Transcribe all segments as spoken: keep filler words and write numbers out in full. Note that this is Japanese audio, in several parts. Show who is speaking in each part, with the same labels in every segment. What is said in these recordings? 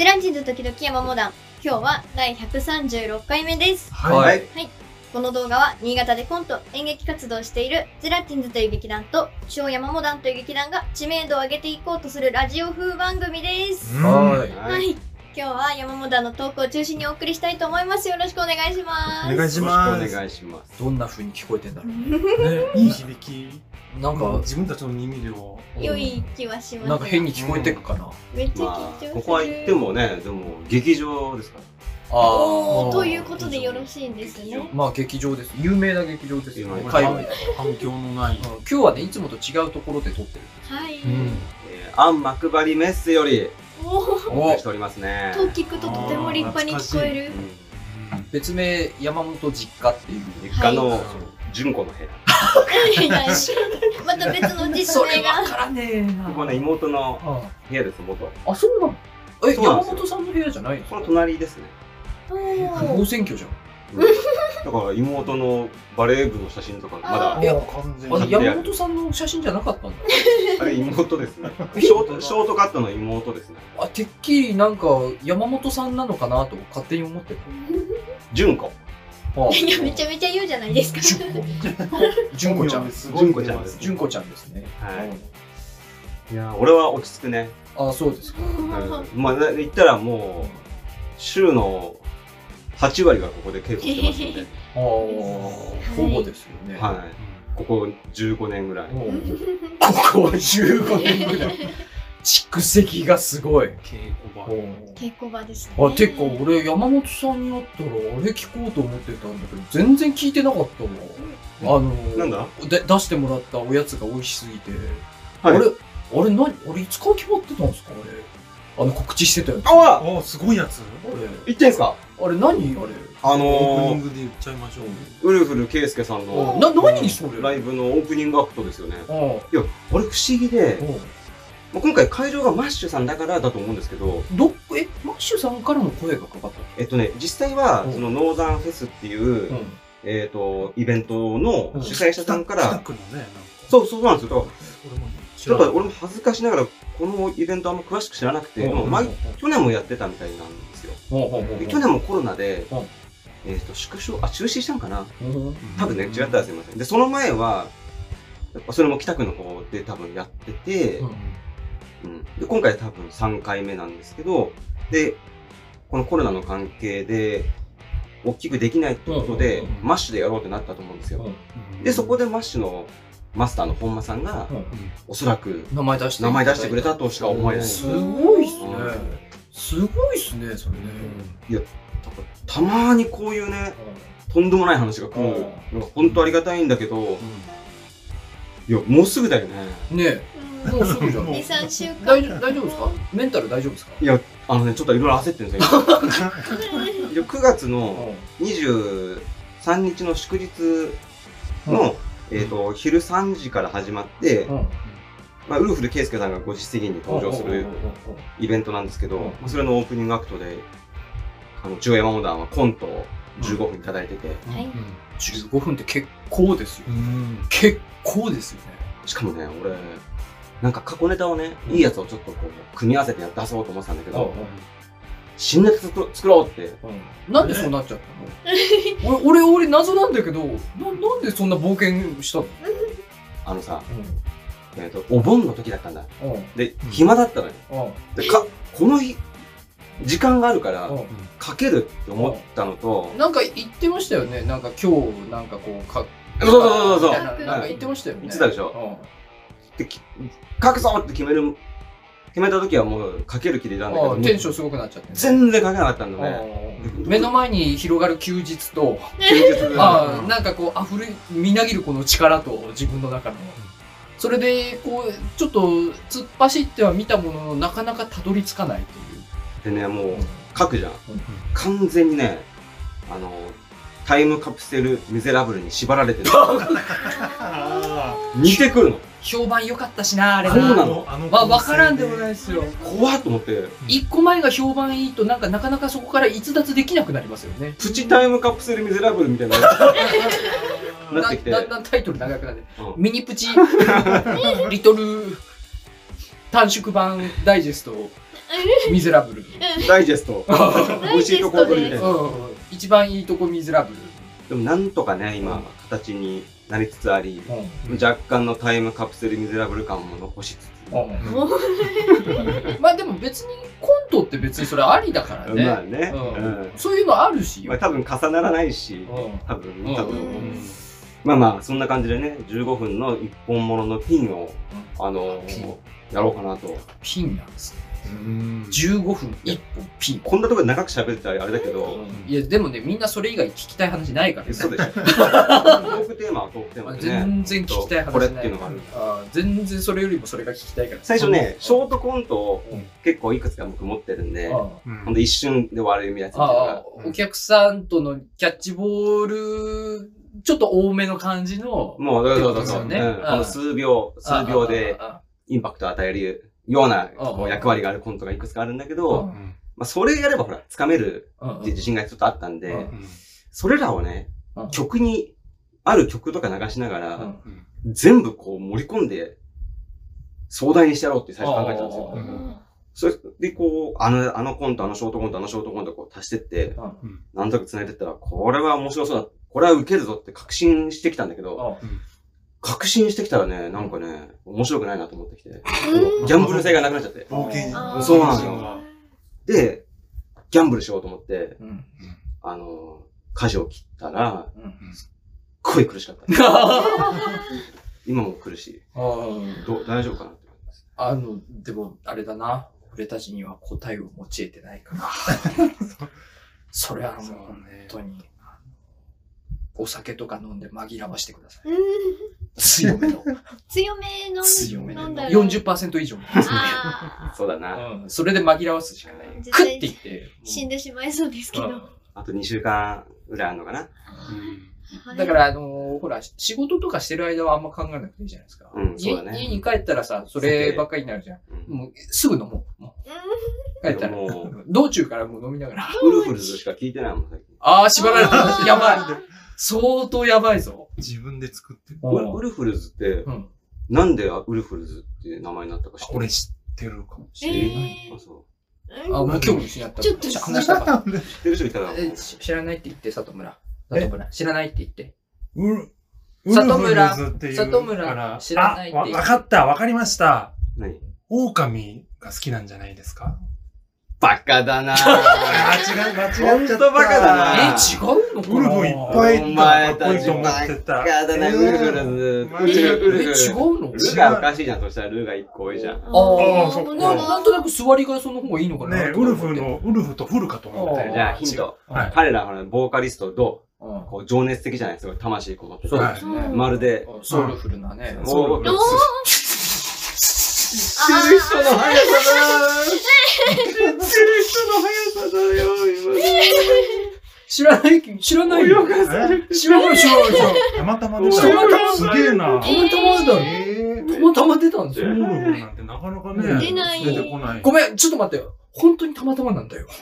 Speaker 1: ゼランチンズ時々山モダン、今日はだいひゃくさんじゅうろっかいめです。
Speaker 2: はい、はい、
Speaker 1: この動画は新潟でコント演劇活動をしているゼラチンズという劇団と小山モダンという劇団が知名度を上げていこうとするラジオ風番組です。
Speaker 2: はい、
Speaker 1: はい、今日は山モダンのトークを中心にお送りしたいと思います。よろしくお願いします。
Speaker 2: お願いします。
Speaker 3: お願いします。
Speaker 2: どんな風に聞こえてんだろう。
Speaker 4: ね、いい響き。
Speaker 2: なんか
Speaker 4: 自分たちの耳では
Speaker 1: 良い気はします。
Speaker 2: なんか変に聞こえてくかな。
Speaker 1: めっちゃ緊張する。
Speaker 3: ここは言ってもね、でも劇場ですから。
Speaker 1: ああ、ということでよろしいんですね。
Speaker 2: まあ劇場です。有名な劇場ですよ。
Speaker 4: 海外反響のない。
Speaker 2: 今日はね、いつもと違うところで撮ってる。
Speaker 1: はい。
Speaker 3: アン・マクバリ・メッセより
Speaker 1: お
Speaker 3: お送りしておりますね。
Speaker 1: と聞くととても立派に聞こえる。
Speaker 2: 別名山本実家っていう
Speaker 3: 実家の純子の部屋。
Speaker 1: また別の実名が。
Speaker 2: わからねえな。
Speaker 3: ここね、妹の部屋です、元。
Speaker 2: あ、そうなの。え、山本さんの部屋じゃないの？
Speaker 3: この隣ですね。
Speaker 2: 不法占拠じゃん。
Speaker 3: だから妹のバレー部の写真とかまだ。
Speaker 2: いや、完全に。山本さんの写真じゃなかったんだ。
Speaker 3: あれ妹ですね。ショートショートカットの妹ですね。
Speaker 2: あ、てっきりなんか山本さんなのかなと勝手に思ってた。
Speaker 3: 純子。
Speaker 1: いや、めちゃめちゃ言うじゃないですか。
Speaker 2: 純子ちゃん。
Speaker 3: 純子ちゃんです。
Speaker 2: 純子ちゃんですね。
Speaker 3: はい。いや、俺は落ち着くね。
Speaker 2: あ、そうですか。
Speaker 3: まあ、言ったらもう週のはちわりがここで稽古してますので。
Speaker 2: ああ、ほぼですよね。
Speaker 3: はい。ここじゅうごねんぐらい。こ
Speaker 2: こはじゅうごねんぐらい。蓄積がすごい。
Speaker 4: 稽古場。
Speaker 1: 稽古場ですね。
Speaker 2: あ、てか俺山本さんに会ったらあれ聞こうと思ってたんだけど全然聞いてなかったわ。あの
Speaker 3: なんだ
Speaker 2: で出してもらったおやつが美味しすぎて。あれあれ何？あれいつから決まってたんですかあれ。あの告知してたやつ。
Speaker 3: あ
Speaker 4: あ、すごいやつ。
Speaker 2: あれ
Speaker 3: 言ってんすか？
Speaker 2: あれ何あれ？
Speaker 3: あの
Speaker 4: オープニングで言っちゃいましょう。
Speaker 3: ウルフル圭介さんの
Speaker 2: な何それ？
Speaker 3: ライブのオープニングアクトですよね。
Speaker 2: ああ。
Speaker 3: いや、俺不思議で。今回会場がマッシュさんだからだと思うんですけど、
Speaker 2: どえマッシュさんからの声がかかった？
Speaker 3: えっとね、実際はそのノーザンフェスっていうえっとイベントの主催者さんから、そうそうなんですよ。ちょっと俺も恥ずかしながらこのイベントあんま詳しく知らなくて、去年もやってたみたいなんですよ。去年もコロナでえっと縮小あ中止したんかな。多分ね違ったらすみません。でその前はそれも北区の方で多分やってて。うん、で今回多分さんかいめなんですけど、で、このコロナの関係で、大きくできないってことで、マッシュでやろうってなったと思うんですよ。で、そこでマッシュのマスターの本間さんが、おそらく
Speaker 2: 名前出して
Speaker 3: 名前出してくれたとしか思えない。
Speaker 2: すごいっすね。すごいっすね、それね。
Speaker 3: いや、たまーにこういうね、とんでもない話が来るのが本当ありがたいんだけど、いや、もうすぐだよね。
Speaker 2: ねえ。もうすぐじゃん。
Speaker 1: に、さんしゅうかん。
Speaker 2: 大丈夫、大丈夫ですか？メンタル大丈夫ですか？
Speaker 3: いや、あのね、ちょっといろいろ焦ってるんですよ。くがつのにじゅうさんにちの祝日の、えっと、昼さんじから始まって、まあ、ウルフル圭介さんがごじ過ぎに登場するイベントなんですけど、それのオープニングアクトで、あの、中山モダンはコントをじゅうごふんいただいてて、
Speaker 2: じゅうごふんって結構ですよ。結構ですよね。
Speaker 3: しかもね、俺、なんか過去ネタをね、いいやつをちょっとこう、組み合わせて出そうと思ってたんだけど、新ネタ作ろうって。
Speaker 2: なんでそうなっちゃったの？俺、俺、謎なんだけど、な、なんでそんな冒険したの？
Speaker 3: あのさ、えっと、お盆の時だったんだ。で、暇だったのよ。で、か、この日、時間があるから、かけるって思ったのと、
Speaker 2: なんか言ってましたよね。なんか今日、なんかこう、か、
Speaker 3: そうそうそうそう。
Speaker 2: なんか言ってましたよね。
Speaker 3: 言ってたでしょ。で、書くぞって決める、決めた時はもう書ける気でいたんだけど、
Speaker 2: テンションすごくなっちゃって。
Speaker 3: 全然書けなかったんだね。
Speaker 2: 目の前に広がる休日と、ああ、なんかこう、溢れ、みなぎるこの力と自分の中の。それで、こう、ちょっと突っ走っては見たものの、なかなかたどり着かない
Speaker 3: という。でね、もう、書くじゃん。完全にね、あの、タイムカプセルミゼラブルに縛られてる。似てくるの。
Speaker 2: 評判良かったしな、あれな。
Speaker 3: そうなの。
Speaker 2: まあ、わからんでもないですよ。
Speaker 3: 怖っと思って。
Speaker 2: 一個前が評判いいと、なんかなかなかそこから逸脱できなくなりますよね。
Speaker 3: プチタイムカプセルミゼラブルみたいな。なってきて。
Speaker 2: だんだんタイトル長くなって。ミニプチ、リトル、短縮版ダイジェスト。 ミゼラブル。
Speaker 3: ダイジェスト。美味しいとこ取りみたいな。
Speaker 2: 一番いいとこミゼラブル。
Speaker 3: でもなんとかね、今、形になりつつあり、若干のタイムカプセルミゼラブル感も残しつつ。
Speaker 2: まあでも別にコントって別にそれありだからね。
Speaker 3: まあね。
Speaker 2: そういうのあるし。
Speaker 3: 多分重ならないし、多分、多分。まあまあ、そんな感じでね、じゅうごふんの一本物のピンを、あの、やろうかなと。
Speaker 2: ピンなんですね。じゅうごふんいっぽんピン。
Speaker 3: こんなところで長く喋ってたらあれだけど。
Speaker 2: いや、でもね、みんなそれ以外聞きたい話ないからね。
Speaker 3: そうでしょ。トークテーマはトークテーマでね。
Speaker 2: 全然聞きたい話ない。
Speaker 3: これっていうのがある。
Speaker 2: 全然それよりもそれが聞きたいから。
Speaker 3: 最初ね、ショートコントを結構いくつか僕持ってるんで、ほんと一瞬で終わるやつ。
Speaker 2: お客さんとのキャッチボール、ちょっと多めの感じの。
Speaker 3: もう、そうそうそう。この数秒、数秒でインパクトを与えるような役割があるコントがいくつかあるんだけど、まあそれやればほら、つかめるって自信がちょっとあったんで、それらをね、曲に、ある曲とか流しながら、全部こう盛り込んで、壮大にしてやろうって最初考えたんですよ。それでこう、あの、あのコント、あのショートコント、あのショートコントこう足してって、なんとなく繋いでったら、これは面白そうだ、これは受けるぞって確信してきたんだけど、確信してきたらね、なんかね、面白くないなと思ってきて、ギャンブル性がなくなっちゃって。そうなのよ。で、ギャンブルしようと思って、あの、舵を切ったら、すっごい苦しかった。今も苦しい。ど大丈夫かなって思います。
Speaker 2: あの、でも、あれだな。俺たちには答えを持ち得てないから。それはもう本当に。お酒とか飲んで紛らわしてください。強めの。
Speaker 1: 強めの。
Speaker 2: 強めの。よんじゅっパーセント以上の。
Speaker 3: そうだな。
Speaker 2: それで紛らわすしかない。クッて言って。
Speaker 1: 死んでしまいそうですけど。
Speaker 3: あとにしゅうかんぐらいあるのかな。
Speaker 2: だから、あの、ほら、仕事とかしてる間はあんま考えなくていいじゃないですか。家に帰ったらさ、そればっかりになるじゃん。もう、すぐ飲もう。帰ったら。道中からもう飲みながら。
Speaker 3: ウルフルズしか聞いてないもん、最近。
Speaker 2: ああ、縛られた。やばい。相当やばいぞ。
Speaker 4: 自分で作ってる。
Speaker 3: ウルフルズって、なんでウルフルズっていう名前になったか知ってる？
Speaker 4: 俺知ってるかもしれない。
Speaker 3: あ、そう。
Speaker 2: あ、もう興味失った。
Speaker 1: ちょっと
Speaker 2: 話したか。
Speaker 3: 知ってる人いたら。
Speaker 2: 知らないって言って、里村。里村。知らないって言って。
Speaker 4: ウル、
Speaker 2: 里村。
Speaker 4: 里
Speaker 2: 村。知らないって言って。
Speaker 4: わかった、わかりました。
Speaker 3: 何？
Speaker 4: 狼が好きなんじゃないですか？
Speaker 3: バカだなぁ。
Speaker 4: 間違え、間違えちゃった。
Speaker 3: ほんとバカだなぁ。
Speaker 2: え、違うのかな？
Speaker 4: ウルフいっぱいい
Speaker 3: お前
Speaker 4: た。かっこいいと思ってた。
Speaker 3: バカだな、ウルフルズ。
Speaker 2: え、違うの？
Speaker 3: ルがおかしいじゃん。そしたらルがいっこ多いじゃん。あ
Speaker 2: あ、そっか。なんとなく座りがその方がいいのかな？
Speaker 4: ね、ウルフの、ウルフとフルかと思って。
Speaker 3: じゃあヒント。彼らはボーカリストと、こう情熱的じゃないですか。魂こもって。
Speaker 2: そうですね。
Speaker 3: まるで。
Speaker 2: ソウルフルなね。
Speaker 3: ソウルフル。
Speaker 1: 知ってる人の速さだ
Speaker 3: 知ってる人の速さだよ、今。
Speaker 2: 知らない、知らないよ。知らない、知らない、知らない。
Speaker 4: たまたま出た。
Speaker 2: す
Speaker 4: げえな。
Speaker 2: たまたまだ。たまたま出たんですよ。
Speaker 4: ソウルフルなんてなかなかね。
Speaker 1: 出ない。
Speaker 4: 出てこない。
Speaker 2: ごめん、ちょっと待ってよ。本当にたまたまなんだよ。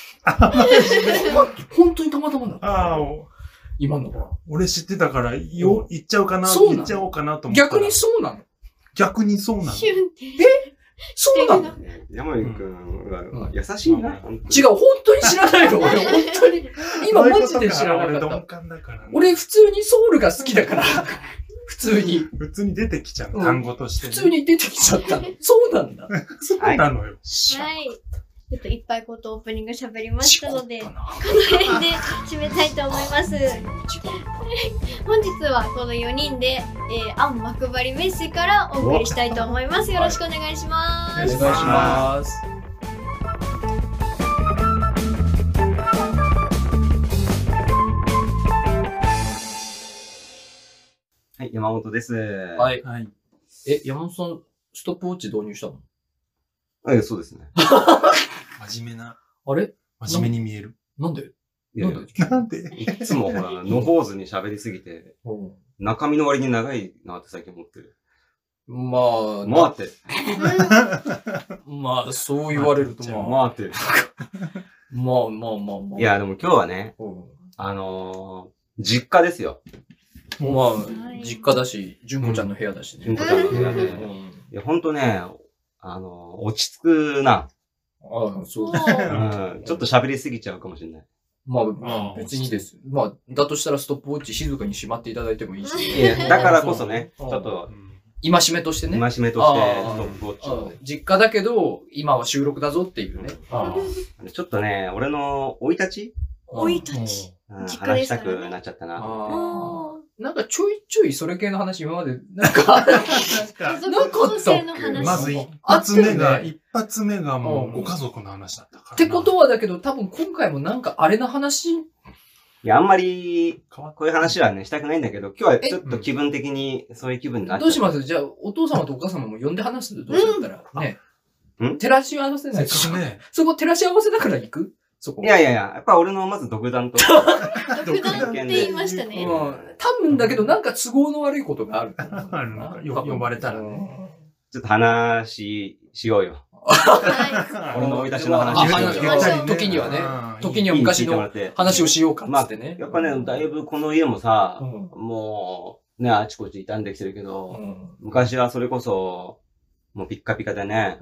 Speaker 2: 本当にたまたまなんだよ。ああ。今のは。
Speaker 4: 俺知ってたから、よ、言っちゃうかな、言っちゃおうかなと思った。
Speaker 2: 逆にそうなの？
Speaker 4: 逆にそうなの？
Speaker 1: シュンって。
Speaker 2: え？そうなの？
Speaker 3: 山井くんは優しいな。
Speaker 2: 違う、本当に知らないの。俺、本当に。今マジで知らなかった。俺、普通にソウルが好きだから。普通に。
Speaker 4: 普通に出てきちゃう。単語として。
Speaker 2: 普通に出てきちゃったの。そうなんだ。
Speaker 4: そうなのよ。
Speaker 1: はい。ちょっといっぱいことオープニング喋りましたので、この辺で締めたいと思います。本日はこのよにんで、えー、アン幕張メッセからお送りしたいと思います。よろしくお願いします。
Speaker 2: お願いします。
Speaker 3: はい、山本です。
Speaker 2: はい。はい。え、山本さん、ストップウォッチ導入したの？
Speaker 3: はい、そうですね。
Speaker 4: 真面目な。
Speaker 2: あれ？
Speaker 4: 真面目に見える。
Speaker 2: なんで？
Speaker 4: なんで？
Speaker 3: いつもほら、のほうずに喋りすぎて、中身の割に長いなって最近思ってる。
Speaker 2: まあ、
Speaker 3: まあって。
Speaker 2: まあ、そう言われるとまあ。
Speaker 3: まあって。
Speaker 2: まあまあまあまあ。
Speaker 3: いや、でも今日はね、あのー、実家ですよ。
Speaker 2: まあ、実家だし、純子ちゃんの部屋だしね。
Speaker 3: 純子ちゃんの部屋で。いや、ほんとね、あのー、落ち着くな。
Speaker 2: ああ、そう。
Speaker 3: うん、ちょっと喋りすぎちゃうかもしれない。
Speaker 2: まあ、別にいいです。まあ、だとしたらストップウォッチ静かにしまっていただいてもいいし。
Speaker 3: いや、だからこそね、ちょっと、
Speaker 2: 今しめとしてね。
Speaker 3: 今しめとして、ストップウォッチを。
Speaker 2: 実家だけど、今は収録だぞっていうね。
Speaker 3: ちょっとね、俺の生い立ち
Speaker 1: 生い立ち。
Speaker 3: 話したくなっちゃったな。
Speaker 2: なんかちょいちょいそれ系の話今まで、なんか、
Speaker 1: 家族構成の話。
Speaker 4: まず一発目が、一発目がもうご家族の話だったから。
Speaker 2: ってことはだけど、多分今回もなんかあれの話
Speaker 3: いや、あんまり、こういう話はね、したくないんだけど、今日はちょっと気分的にそういう気分になっちゃう。
Speaker 2: どうしますじゃあ、お父様とお母様も呼んで話すどうしようったら。ね。照らし合わせないと。そこ照らし合わせだから行くそこ。
Speaker 3: いやいやいや、やっぱ俺のまず独断と。
Speaker 1: 独断って言いましたね。
Speaker 2: 多分だけどなんか都合の悪いことがある。
Speaker 4: あるのか。呼ばれたらね。
Speaker 3: ちょっと話しようよ。俺の生い立ちの話をしよう。
Speaker 2: 時にはね。時には昔の話をしようかってね。
Speaker 3: やっぱね、だいぶこの家もさ、もう、ね、あちこち傷んできてるけど、昔はそれこそ、もうピッカピカでね。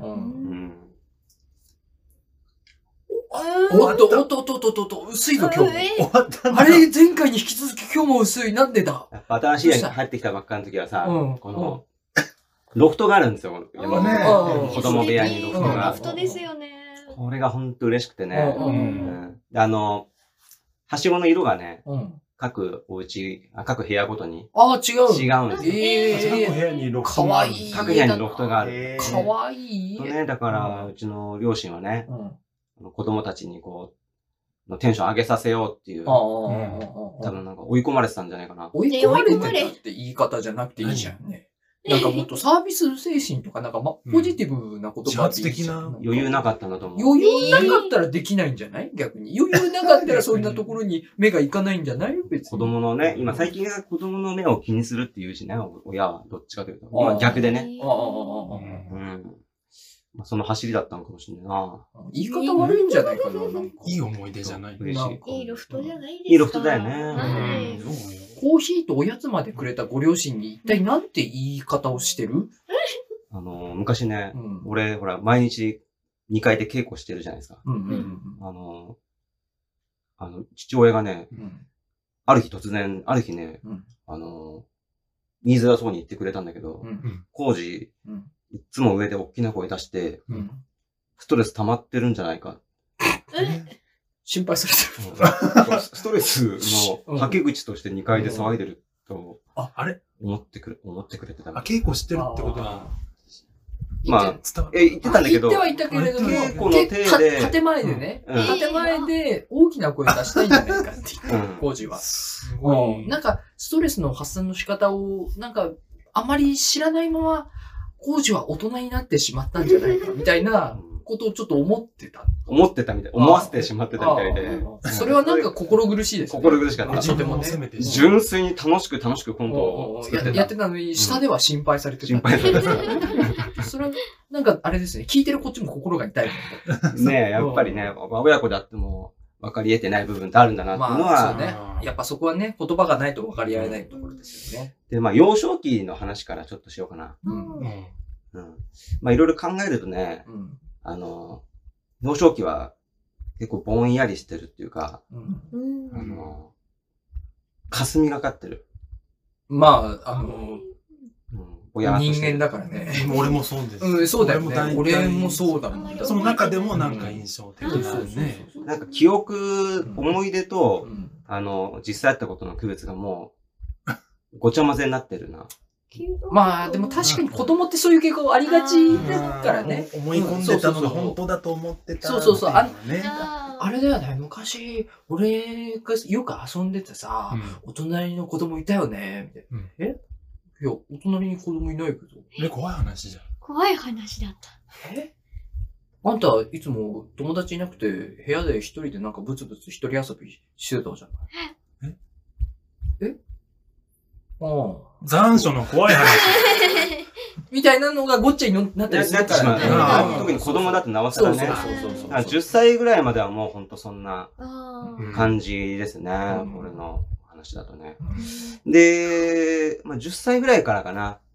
Speaker 2: おっと、おっと、おっと、おっと、おっと、薄いぞ、今日も。あれ、前回に引き続き今日も薄い。なんでだ
Speaker 3: やっぱ新しい家に入ってきたばっかの時はさ、この、ロフトがあるんですよ。子供部屋にロフトが。
Speaker 1: ロフトですよね。
Speaker 3: これがほんと嬉しくてね。あの、はしごの色がね、各お家、各部屋ごとに。
Speaker 2: ああ、違う。
Speaker 3: 違うんですよ。
Speaker 4: ええ。各部屋にロフトがある。
Speaker 3: 各部屋にロフトがある。
Speaker 2: かわいい。
Speaker 3: ね、だから、うちの両親はね、子供たちにこう、テンション上げさせようっていう、多分なんか追い込まれてたんじゃないかな。
Speaker 2: 追い込まれてたって言い方じゃなくていいじゃんね。なんかもっとサービス精神とか、なんかま、ポジティブな言葉っていいじゃん。
Speaker 3: 余裕なかったんだと思う。
Speaker 2: 余裕なかったらできないんじゃない逆に。余裕なかったらそんなところに目がいかないんじゃない別に。
Speaker 3: 子供のね、今最近は子供の目を気にするっていうしね、親はどっちかというと。今逆でね。ああ、うん。その走りだったのかもしれないな。
Speaker 2: 言い方悪いんじゃないかな。
Speaker 4: いい思い出じゃない。
Speaker 3: 嬉しい。
Speaker 1: いいロフトじゃないですか。
Speaker 3: いいロフトだよね。
Speaker 2: コーヒーとおやつまでくれたご両親に一体なんて言い方をしてる
Speaker 3: あの、昔ね、俺、ほら、毎日にかいで稽古してるじゃないですか。あの、あの、父親がね、ある日突然、ある日ね、あの、言いづらそうに言ってくれたんだけど、コージ、いつも上で大きな声出して、ストレス溜まってるんじゃないか。
Speaker 2: 心配されて
Speaker 3: る。ストレスのはけ口としてにかいで騒いでると、
Speaker 4: あ、あれ
Speaker 3: 思ってくれ、思ってくれてた。
Speaker 4: あ、稽古してるってことは。
Speaker 3: まあ、え、言ってたんだけど。
Speaker 2: 言ってはいたけれども、
Speaker 3: 稽古の手で。
Speaker 2: 建前でね、建前で大きな声出したいんじゃないかって言って、コージは。
Speaker 4: すごい。
Speaker 2: なんか、ストレスの発散の仕方を、なんか、あまり知らないまま、コージは大人になってしまったんじゃないか、みたいなことをちょっと思ってた。
Speaker 3: 思ってたみたい。思わせてしまってたみたいで。
Speaker 2: それはなんか心苦しいですね。
Speaker 3: 心苦しかった。
Speaker 4: 自分も責めて
Speaker 3: 純粋に楽しく楽しくコントを作ってた。
Speaker 2: やってたのに、下では心配されてた。
Speaker 3: 心配されて
Speaker 2: た。それは、なんかあれですね、聞いてるこっちも心が痛い。
Speaker 3: ねえ、やっぱりね、親子であっても分かり得てない部分ってあるんだなっていうのは。
Speaker 2: そうね。やっぱそこはね、言葉がないと分かり合えないところですよね。
Speaker 3: で、まあ、幼少期の話からちょっとしようかな。うん。まあ、いろいろ考えるとね、あの、幼少期は結構ぼんやりしてるっていうか、あの、霞がかってる。
Speaker 2: まあ、あの、人間だからね。
Speaker 4: 俺もそうです。
Speaker 2: うん、そうだよね。俺もそうだもん。
Speaker 4: その中でもなんか印象的なね。
Speaker 3: なんか記憶、思い出と、あの、実際あったことの区別がもう、ごちゃ混ぜになってるな。
Speaker 2: まあ、でも確かに子供ってそういう傾向ありがちだからね。
Speaker 4: 思い込んでたのが本当だと思ってた。
Speaker 2: そうそうそう。あれだよね。昔、俺がよく遊んでてさ、お隣の子供いたよね。えいや、お隣に子供いないけど。
Speaker 4: え、怖い話じゃん。
Speaker 1: 怖い話だった。
Speaker 2: えあんた、いつも友達いなくて、部屋で一人でなんかブツブツ一人遊びしてたじゃない。ええああ。
Speaker 4: 残暑の怖い話。
Speaker 2: みたいなのがごっちゃになったりするから
Speaker 3: ね。特に子供だってなおさらね。じゅっさいぐらいまではもうほんとそんな感じですね。俺の話だとね。で、まあじゅっさいぐらいからかな。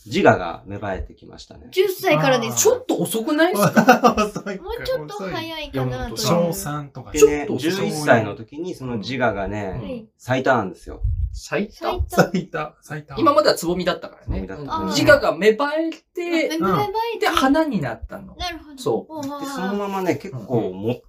Speaker 3: 自我が芽生えてきましたね。
Speaker 1: じゅっさいからです
Speaker 2: ちょっと遅くないですか？
Speaker 4: 遅いか
Speaker 1: もうちょっと早いかなと。
Speaker 4: 小さんとか。
Speaker 3: でね、じゅういっさいの時にその自我がね、咲いたんですよ。
Speaker 2: 咲いた
Speaker 4: 咲いた咲いた
Speaker 2: 今まではつぼみだったからね。自我が芽生えて、で、花になったの。
Speaker 1: なるほど。
Speaker 2: そう。
Speaker 3: で、そのままね、結構持って、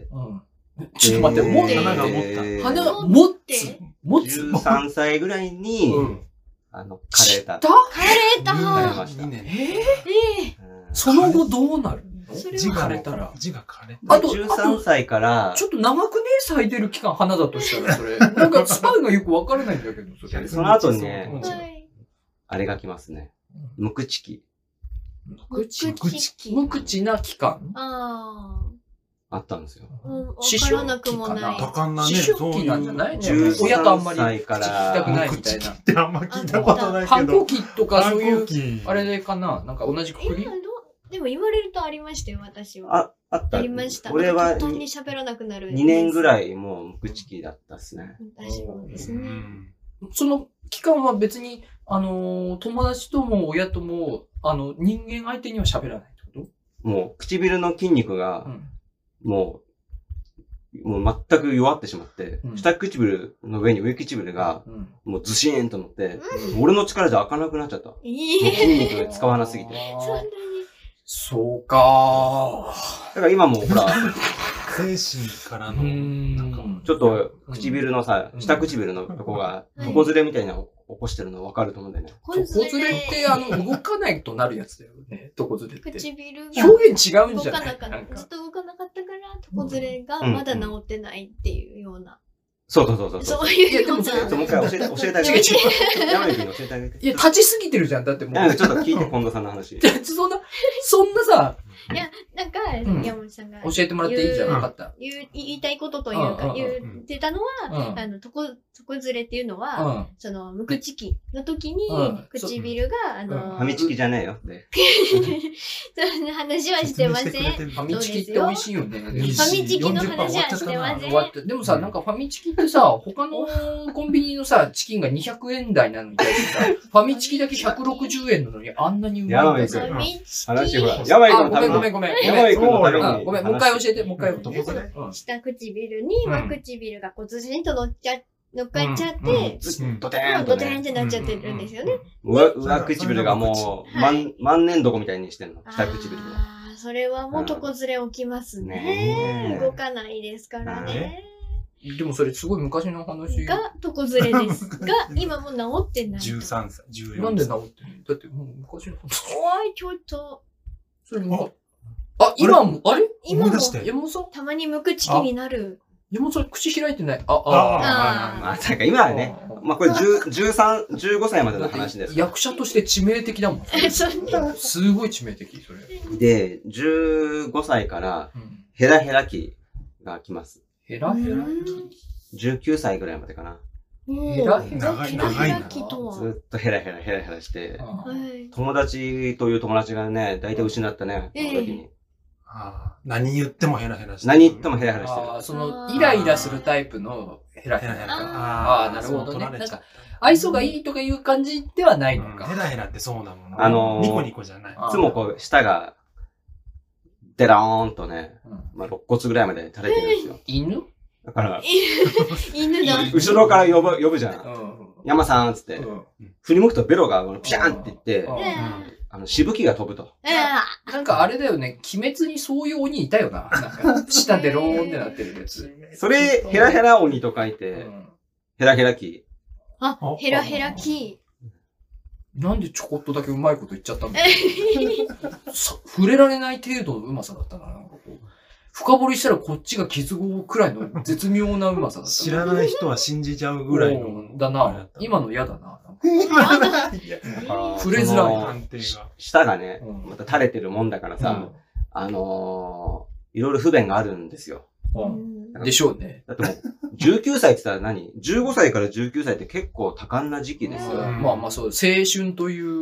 Speaker 2: ちょっと待って、もっ
Speaker 4: 花が持った。
Speaker 2: 花が持って、持つ
Speaker 3: じゅうさんさいぐらいに、あの、枯れた。
Speaker 1: 枯れた
Speaker 3: 枯れました。
Speaker 2: ええその後どうなるの？枯れたら。
Speaker 4: 字が枯れ
Speaker 3: た。あと、じゅうさんさいから。
Speaker 2: ちょっと長くね咲いてる期間花だとしたら、それ。なんかスパンがよくわからないんだけど、それ。
Speaker 3: その後にね、あれが来ますね。無口期。
Speaker 2: 無口期無口な期間
Speaker 1: ああ。
Speaker 3: あったんですよ。
Speaker 1: 思春期かな。
Speaker 4: 多感なね。
Speaker 2: 思春期なんじゃない？
Speaker 3: 親
Speaker 2: とあんまり
Speaker 3: 聞き
Speaker 2: たくないみたいな。
Speaker 4: ってあんま聞いたことないけど。
Speaker 2: 反抗期とかそういう、あれかななんか同じくくり？
Speaker 1: でも言われるとありましたよ、私は。
Speaker 3: あ、あった。
Speaker 1: ありました。
Speaker 3: 俺は
Speaker 1: 本当に喋らなくなる。
Speaker 3: にねんぐらいもう無口期だったっすね。
Speaker 1: 私もですね。
Speaker 2: その期間は別に、あの、友達とも親とも、あの、人間相手には喋らないってこと？
Speaker 3: もう唇の筋肉が、もう、もう全く弱ってしまって、下唇の上に上唇が、もうズシーンと乗って、俺の力じゃ開かなくなっちゃった。筋肉が使わなすぎて。
Speaker 1: そんなに。
Speaker 2: そうか
Speaker 3: ー。だから今もほら、
Speaker 4: 精神からの、なんか
Speaker 3: ちょっと唇のさ、下唇のとこが、床ずれみたいなの起こしてるの分かると思うんだよね。
Speaker 2: 床ずれってあの、動かないとなるやつだよね。床ずれって。
Speaker 1: 唇が。
Speaker 2: 表現違うんじゃない？
Speaker 1: 動かなかった。ずっと動かなかったから、床ずれがまだ治ってないっていうような。
Speaker 3: そうそうそうそう。
Speaker 1: そういうような。
Speaker 3: もう一回教えて、教えてあげて。山根君に教えてあげて。
Speaker 2: いや、立ちすぎてるじゃん。だってもう。
Speaker 3: ちょっと聞いて、近藤さんの話。
Speaker 2: そんな、そんなさ。
Speaker 1: いや、なんか、山本さんが。
Speaker 2: 教えてもらっていいじゃん。分かった。
Speaker 1: 言いたいことというか、言ってたのは、あの、床、床ずれっていうのは、その、無口期の時に、唇が、あの、
Speaker 3: ファミチキじゃねえよって。
Speaker 1: そんな話はしてません。フ
Speaker 2: ァミチキって美味しいよね。ファ
Speaker 1: ミチキの話はしてません。
Speaker 2: でもさ、なんかファミチキってさ、他のコンビニのさ、チキンがにひゃくえん台なのに対してさ、ファミチキだけひゃくろくじゅうえんなのにあんなにうまいんだよ。
Speaker 1: ファミチキ。
Speaker 3: 話ほら、やばいのために。
Speaker 2: ごめんごめんごめん。
Speaker 3: やばいのために。
Speaker 2: ごめん、もう一回教えて、もう一回。
Speaker 1: 下唇に上唇がこうずしんと乗っちゃ、乗っかっちゃって、
Speaker 3: ドテーン
Speaker 1: ドテーンってなっちゃってるんですよね。
Speaker 3: 上、上唇がもう、万、万年床みたいにしてんの。下唇が。
Speaker 1: ああ、それはもう床ずれ起きますね。動かないですからね。
Speaker 2: でもそれすごい昔の話。
Speaker 1: が、床ずれです。が、今もう治ってない。
Speaker 4: じゅうさんさい、じゅうよんさい。
Speaker 2: なんで治ってないだってもう昔の話。
Speaker 1: おい、ちょっと。
Speaker 2: それも、あ、今も、あれ
Speaker 1: 今も、
Speaker 2: 山本さん
Speaker 1: たまに無口期になる。
Speaker 2: 山本さん口開いてない。あ、あ
Speaker 3: あ。まあ、なんか今はね、まあこれじゅう、じゅうさん、じゅうごさいまでの話です。
Speaker 2: 役者として致命的だもん。すごい致命的、それ。
Speaker 3: で、じゅうごさいから、ヘラヘラ期が来ます。
Speaker 2: ヘラヘラ
Speaker 3: 期 ?じゅうきゅうさいぐらいまでかな。
Speaker 2: ヘラヘラ
Speaker 1: 期長いな。ず
Speaker 3: っとヘラヘラヘラヘラして、友達という友達がね、大体失ったね、その時に。
Speaker 4: ああ、何言ってもヘラヘラしてる。
Speaker 3: 何言ってもヘラヘラしてる。
Speaker 2: ああ、その、イライラするタイプのヘラヘラか。ああ、なるほどね。なんか、愛想がいいとかいう感じではないのか。
Speaker 4: ヘラヘラってそうだもんね。
Speaker 3: あのー、
Speaker 4: ニコニコじゃない。い
Speaker 3: つもこう、舌が、デラーンとね、まあ、肋骨ぐらいまで垂れてるんですよ。
Speaker 2: 犬
Speaker 3: だから、
Speaker 1: 犬だ。
Speaker 3: 後ろから呼ぶ、呼ぶじゃん。山さんつって、振り向くとベロがピャーンっていって、あの、しぶきが飛ぶと。
Speaker 2: なんかあれだよね、鬼滅にそういう鬼いたよな。なんか、下でローンってなってるやつ。
Speaker 3: それ、ヘラヘラ鬼と書いて、ヘラヘラ期。
Speaker 1: あ、ヘラヘラ期。
Speaker 2: なんでちょこっとだけうまいこと言っちゃったんだ触れられない程度のうまさだったな。なんかこう深掘りしたらこっちが傷後くらいの絶妙なうまさだった。
Speaker 4: 知らない人は信じちゃうぐらいの。
Speaker 2: だな。今の嫌だな。
Speaker 3: 触
Speaker 2: れづらい判
Speaker 3: 定が。舌がね、また垂れてるもんだからさ、あのー、いろいろ不便があるんですよ。
Speaker 2: でしょうね。
Speaker 3: だってもう、じゅうきゅうさいって言ったら何 ?じゅうご 歳からじゅうきゅうさいって結構多感な時期ですよ。
Speaker 2: まあまあそう、青春という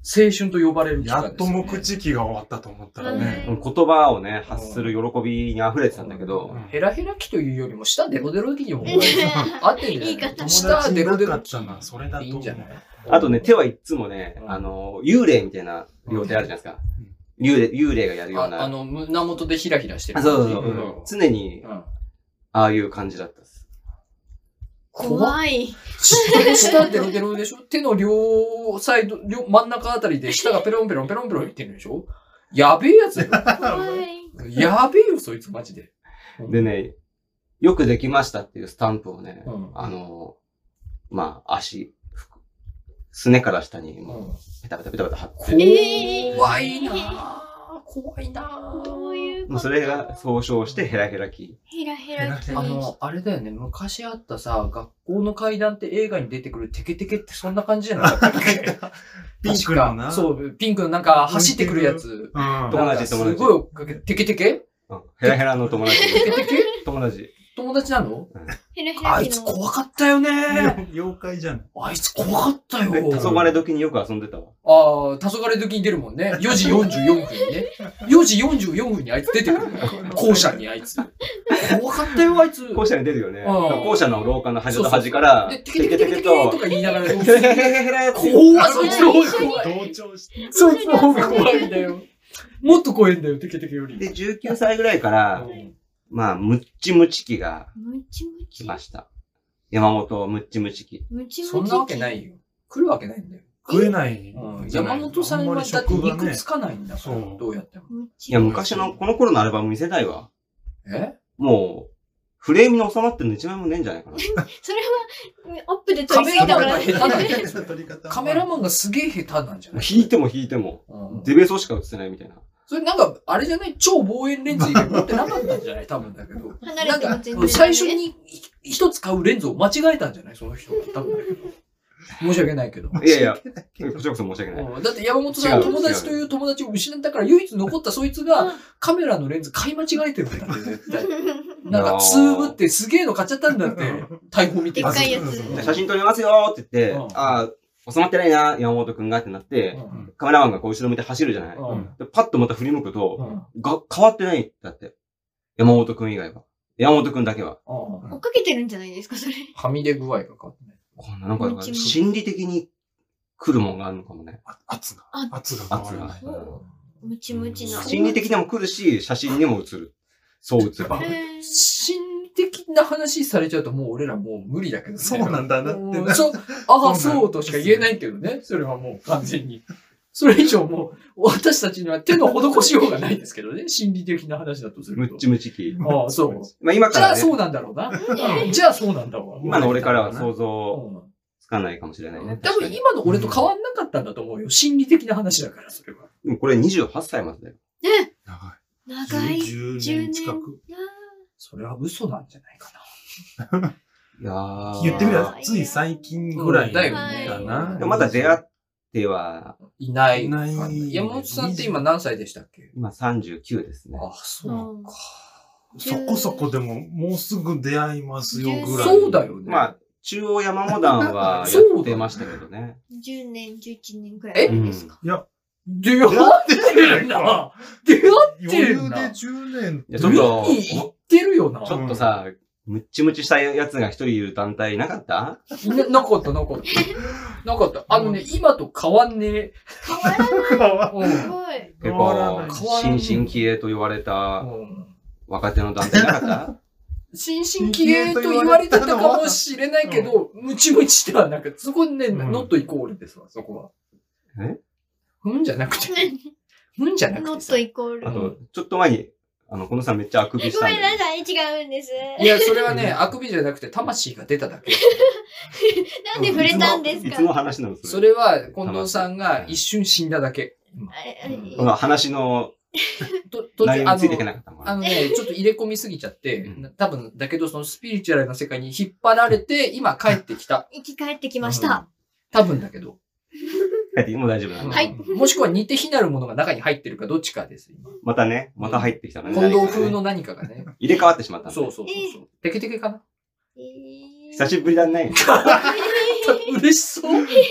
Speaker 2: 青春と呼ばれる期間
Speaker 4: やっと
Speaker 2: ですよね。
Speaker 4: 無口期が終わったと思ったらね。
Speaker 3: 言葉をね、発する喜びに溢れてたんだけど、
Speaker 4: うん
Speaker 2: ヘラヘラ期というよりも、舌デロデロ期にもあってんじゃない？
Speaker 1: いい方
Speaker 2: 舌デロデロ
Speaker 4: 友
Speaker 2: 期
Speaker 4: 達いなかったなそれだと思う
Speaker 2: いいんじゃない？
Speaker 3: あとね、手はいつもね、
Speaker 2: うん
Speaker 3: あの、幽霊みたいな両手あるじゃないですか。幽霊、幽霊がやるような。
Speaker 2: ああの、胸元でヒラヒラしてる
Speaker 3: あ
Speaker 2: 感じ。
Speaker 3: そうそうそう、
Speaker 2: ん
Speaker 3: 常に、
Speaker 2: うん
Speaker 3: ああいう感じだったです。
Speaker 1: 怖い。
Speaker 2: 舌デロデロでしょ？手の両サイド、両真ん中あたりで舌がペロンペロンペロンペロン言ってるでしょ？やべえやつだよ。
Speaker 1: 怖い。
Speaker 2: やべえよ、そいつマジで。
Speaker 3: でね、よくできましたっていうスタンプをね、
Speaker 2: うん
Speaker 3: あの、まあ、足、すねから下に、も
Speaker 2: うん
Speaker 3: う、ペタペタペタペタ貼って、
Speaker 1: えー
Speaker 2: 怖いなぁ。怖いなぁ。
Speaker 1: どういうこと？
Speaker 3: もうそれが総称してヘラヘラ期。
Speaker 1: ヘラヘラ期。
Speaker 2: あの、あれだよね、昔あったさ、学校の階段って映画に出てくるテケテケってそんな感じじゃなかったっけ？
Speaker 4: ピンクのな。
Speaker 2: そう、ピンクのなんか走ってくるやつ。
Speaker 4: うん。
Speaker 3: 友達
Speaker 2: なんかすごい追っかけて、テケテケ
Speaker 3: うん、ヘラヘラの友達。
Speaker 2: テケテケ
Speaker 3: 友達。
Speaker 2: 友達なの？
Speaker 1: ヘラヘラ
Speaker 2: あいつ
Speaker 1: 期の。
Speaker 2: 怖かったよね。
Speaker 4: 妖怪じゃん。
Speaker 2: あいつ怖かったよ。
Speaker 3: で、黄昏時によく遊んでたわ。
Speaker 2: ああ、黄昏時に出るもんね。よじよんじゅうよんぷんにね。よじよんじゅうよんぷんにあいつ出てくる。校舎にあいつ。怖かったよ、あいつ。
Speaker 3: 校舎に出るよね。
Speaker 2: うん
Speaker 3: 校舎の廊下の端と端から、
Speaker 2: で、テケテケテケテケとか言いながら、
Speaker 3: ヘラヘラヘラって。
Speaker 2: 怖っ、そいつの方が怖い。
Speaker 4: 同調して。
Speaker 2: そいつの方が怖いんだよ。もっと怖いんだよ、テケテケより。
Speaker 3: で、じゅうきゅうさいぐらいから
Speaker 2: う、ん
Speaker 3: まあ、ムッチムチ期が
Speaker 1: ムチムチ。
Speaker 3: 来ました。山本ムッチムチ期。
Speaker 1: ムチムチ。
Speaker 2: そんなわけないよ。来るわけないんだよ。
Speaker 4: 食えない。
Speaker 2: うん山本さんはだって肉つかないんだから、
Speaker 4: そう
Speaker 2: どうやっても。
Speaker 1: ムチ
Speaker 3: いや、昔の、この頃のアルバム見せたいわ。
Speaker 2: え
Speaker 3: もう、フレームに収まってるの一枚もねえんじゃないかな。
Speaker 1: それは、アップで撮りすぎたから。
Speaker 2: カメラマンが下手だ
Speaker 4: 撮り方
Speaker 2: カメラマンがすげえ下手なんじゃない？
Speaker 3: 引いても引いても、
Speaker 2: うん
Speaker 3: デベソしか映ってないみたいな。
Speaker 2: それなんか、あれじゃない超望遠レンズ持ってなかったんじゃない多分だけど。
Speaker 1: 離れても全然ダメ。
Speaker 2: 最初に一つ買うレンズを間違えたんじゃないその人。多分だけど。申し訳ないけど。
Speaker 3: いやいや、こちらこそ申し訳ない。
Speaker 2: うんだって山本さん
Speaker 3: 違う
Speaker 2: 友達という友達を失ったから唯一残ったそいつがカメラのレンズ買い間違えてるんだって絶対。なんかつーぶってすげえの買っちゃったんだって。逮捕見て。
Speaker 1: でっかいやつ
Speaker 3: で写真撮りますよって言って、
Speaker 2: うん
Speaker 3: ああ、収まってないな、山本くんがってなって、
Speaker 2: うん
Speaker 3: カメラマンがこう後ろ向いて走るじゃない。
Speaker 2: うん
Speaker 3: でパッとまた振り向くと、
Speaker 2: うん
Speaker 3: が、変わってないんだって。山本くん以外は。山本くんだけは。
Speaker 2: うん
Speaker 1: 追っかけてるんじゃないですか、それ。
Speaker 2: はみ出具合が変わってない。
Speaker 3: こんななんか、
Speaker 1: うん
Speaker 3: 心理的に来るもんがあるのかもね。
Speaker 4: 圧が
Speaker 1: あ。
Speaker 4: 圧が変わらない。
Speaker 1: ムチムチな。
Speaker 3: 心理的にも来るし、写真にも映る。そう映る。
Speaker 1: へー
Speaker 2: 心理的な話されちゃうともう俺らもう無理だけどね。
Speaker 4: そうなんだなってな。
Speaker 2: うんそう、ああ、そうとしか言えないけどね。それはもう完全に。それ以上もう、私たちには手の施しようがないですけどね。心理的な話だとすると。
Speaker 3: ムッチムチ期。
Speaker 2: ああ、そう。
Speaker 3: まあ今からね、
Speaker 2: じゃあそうなんだろうな。うんじゃあそうなんだわ。
Speaker 3: 今の俺からは想
Speaker 2: う
Speaker 3: 像
Speaker 2: ん
Speaker 3: つかないかもしれないね。
Speaker 2: 多分今の俺と変わんなかったんだと思うよ。心理的な話だから、それは。
Speaker 3: でもこれにじゅうはっさいまでだよ。
Speaker 4: 長
Speaker 1: 長い。
Speaker 4: い。じゅうねん近く。
Speaker 2: それは嘘なんじゃないかな。
Speaker 3: いやー
Speaker 4: 言ってみれば、つい最近ぐらい
Speaker 2: だよ
Speaker 1: ね
Speaker 4: だな。
Speaker 3: でもまだ出会っては、
Speaker 2: いない。
Speaker 4: いない
Speaker 2: 山本さんって今何歳でしたっけ？
Speaker 3: 今さんじゅうきゅうですね。
Speaker 2: あ、そうか。
Speaker 4: そこそこでも、もうすぐ出会いますよぐらい。
Speaker 2: そうだよね。
Speaker 3: まあ、中央山モダンはや
Speaker 2: そうだ
Speaker 3: ってましたけどね。
Speaker 1: じゅうねん、じゅういちねんくらいですか。
Speaker 4: いや、
Speaker 2: 出会ってるな。出会って
Speaker 4: 余
Speaker 2: るな。
Speaker 4: 裕でじゅうねん。
Speaker 3: いやちょっと
Speaker 2: 見に行ってるよな。
Speaker 3: ちょっとさ、ムッチムチしたやつが一人いる団体なかった
Speaker 2: な、なかった、なかった。なかった。あのね、今と変わんねえ。
Speaker 1: 変わらない。
Speaker 2: うん。
Speaker 1: すごい。
Speaker 3: 結
Speaker 4: 変わらない
Speaker 3: 構、
Speaker 2: 変わらない
Speaker 3: 新進気鋭と言われた
Speaker 2: うん
Speaker 3: 若手の団体なかった
Speaker 2: 新進気鋭と言われてたかもしれないけど、ムチムチではなくて、そこね、
Speaker 4: うん
Speaker 2: ノットイコールですわ、そこは。
Speaker 3: え
Speaker 2: うんじゃなくて。うんじゃなくてさ
Speaker 1: ノット。イコール。
Speaker 3: あと、ちょっと前に、あの、このさんめっちゃあくびし
Speaker 1: ご
Speaker 3: たんだよ。
Speaker 1: めんなさい、違うんです。
Speaker 2: いや、それはね、あくびじゃなくて、魂が出ただけ。
Speaker 1: なんで触れたんですか
Speaker 3: いつの話なのそ
Speaker 2: そ
Speaker 3: れ。
Speaker 2: れは、近藤さんが一瞬死んだだけ。
Speaker 1: あれ
Speaker 3: この話の
Speaker 2: と途中
Speaker 3: 内容についていけなかったのかな。
Speaker 2: あのね、ちょっと入れ込みすぎちゃって
Speaker 3: うん、
Speaker 2: 多分、だけどそのスピリチュアルな世界に引っ張られて、今帰ってきた。
Speaker 1: 生き返ってきました。
Speaker 2: 多分だけど。
Speaker 3: 帰ってもう大丈夫なの。
Speaker 1: はい
Speaker 2: もしくは似て非なるものが中に入ってるかどっちかです。今
Speaker 3: またね、また入ってきたのね。
Speaker 2: 近藤風の何かがね。
Speaker 3: 入れ替わってしまったんだ
Speaker 2: そうそうそうそう。テケテケかな
Speaker 1: えー
Speaker 3: 久しぶりだね。
Speaker 2: 嬉しそう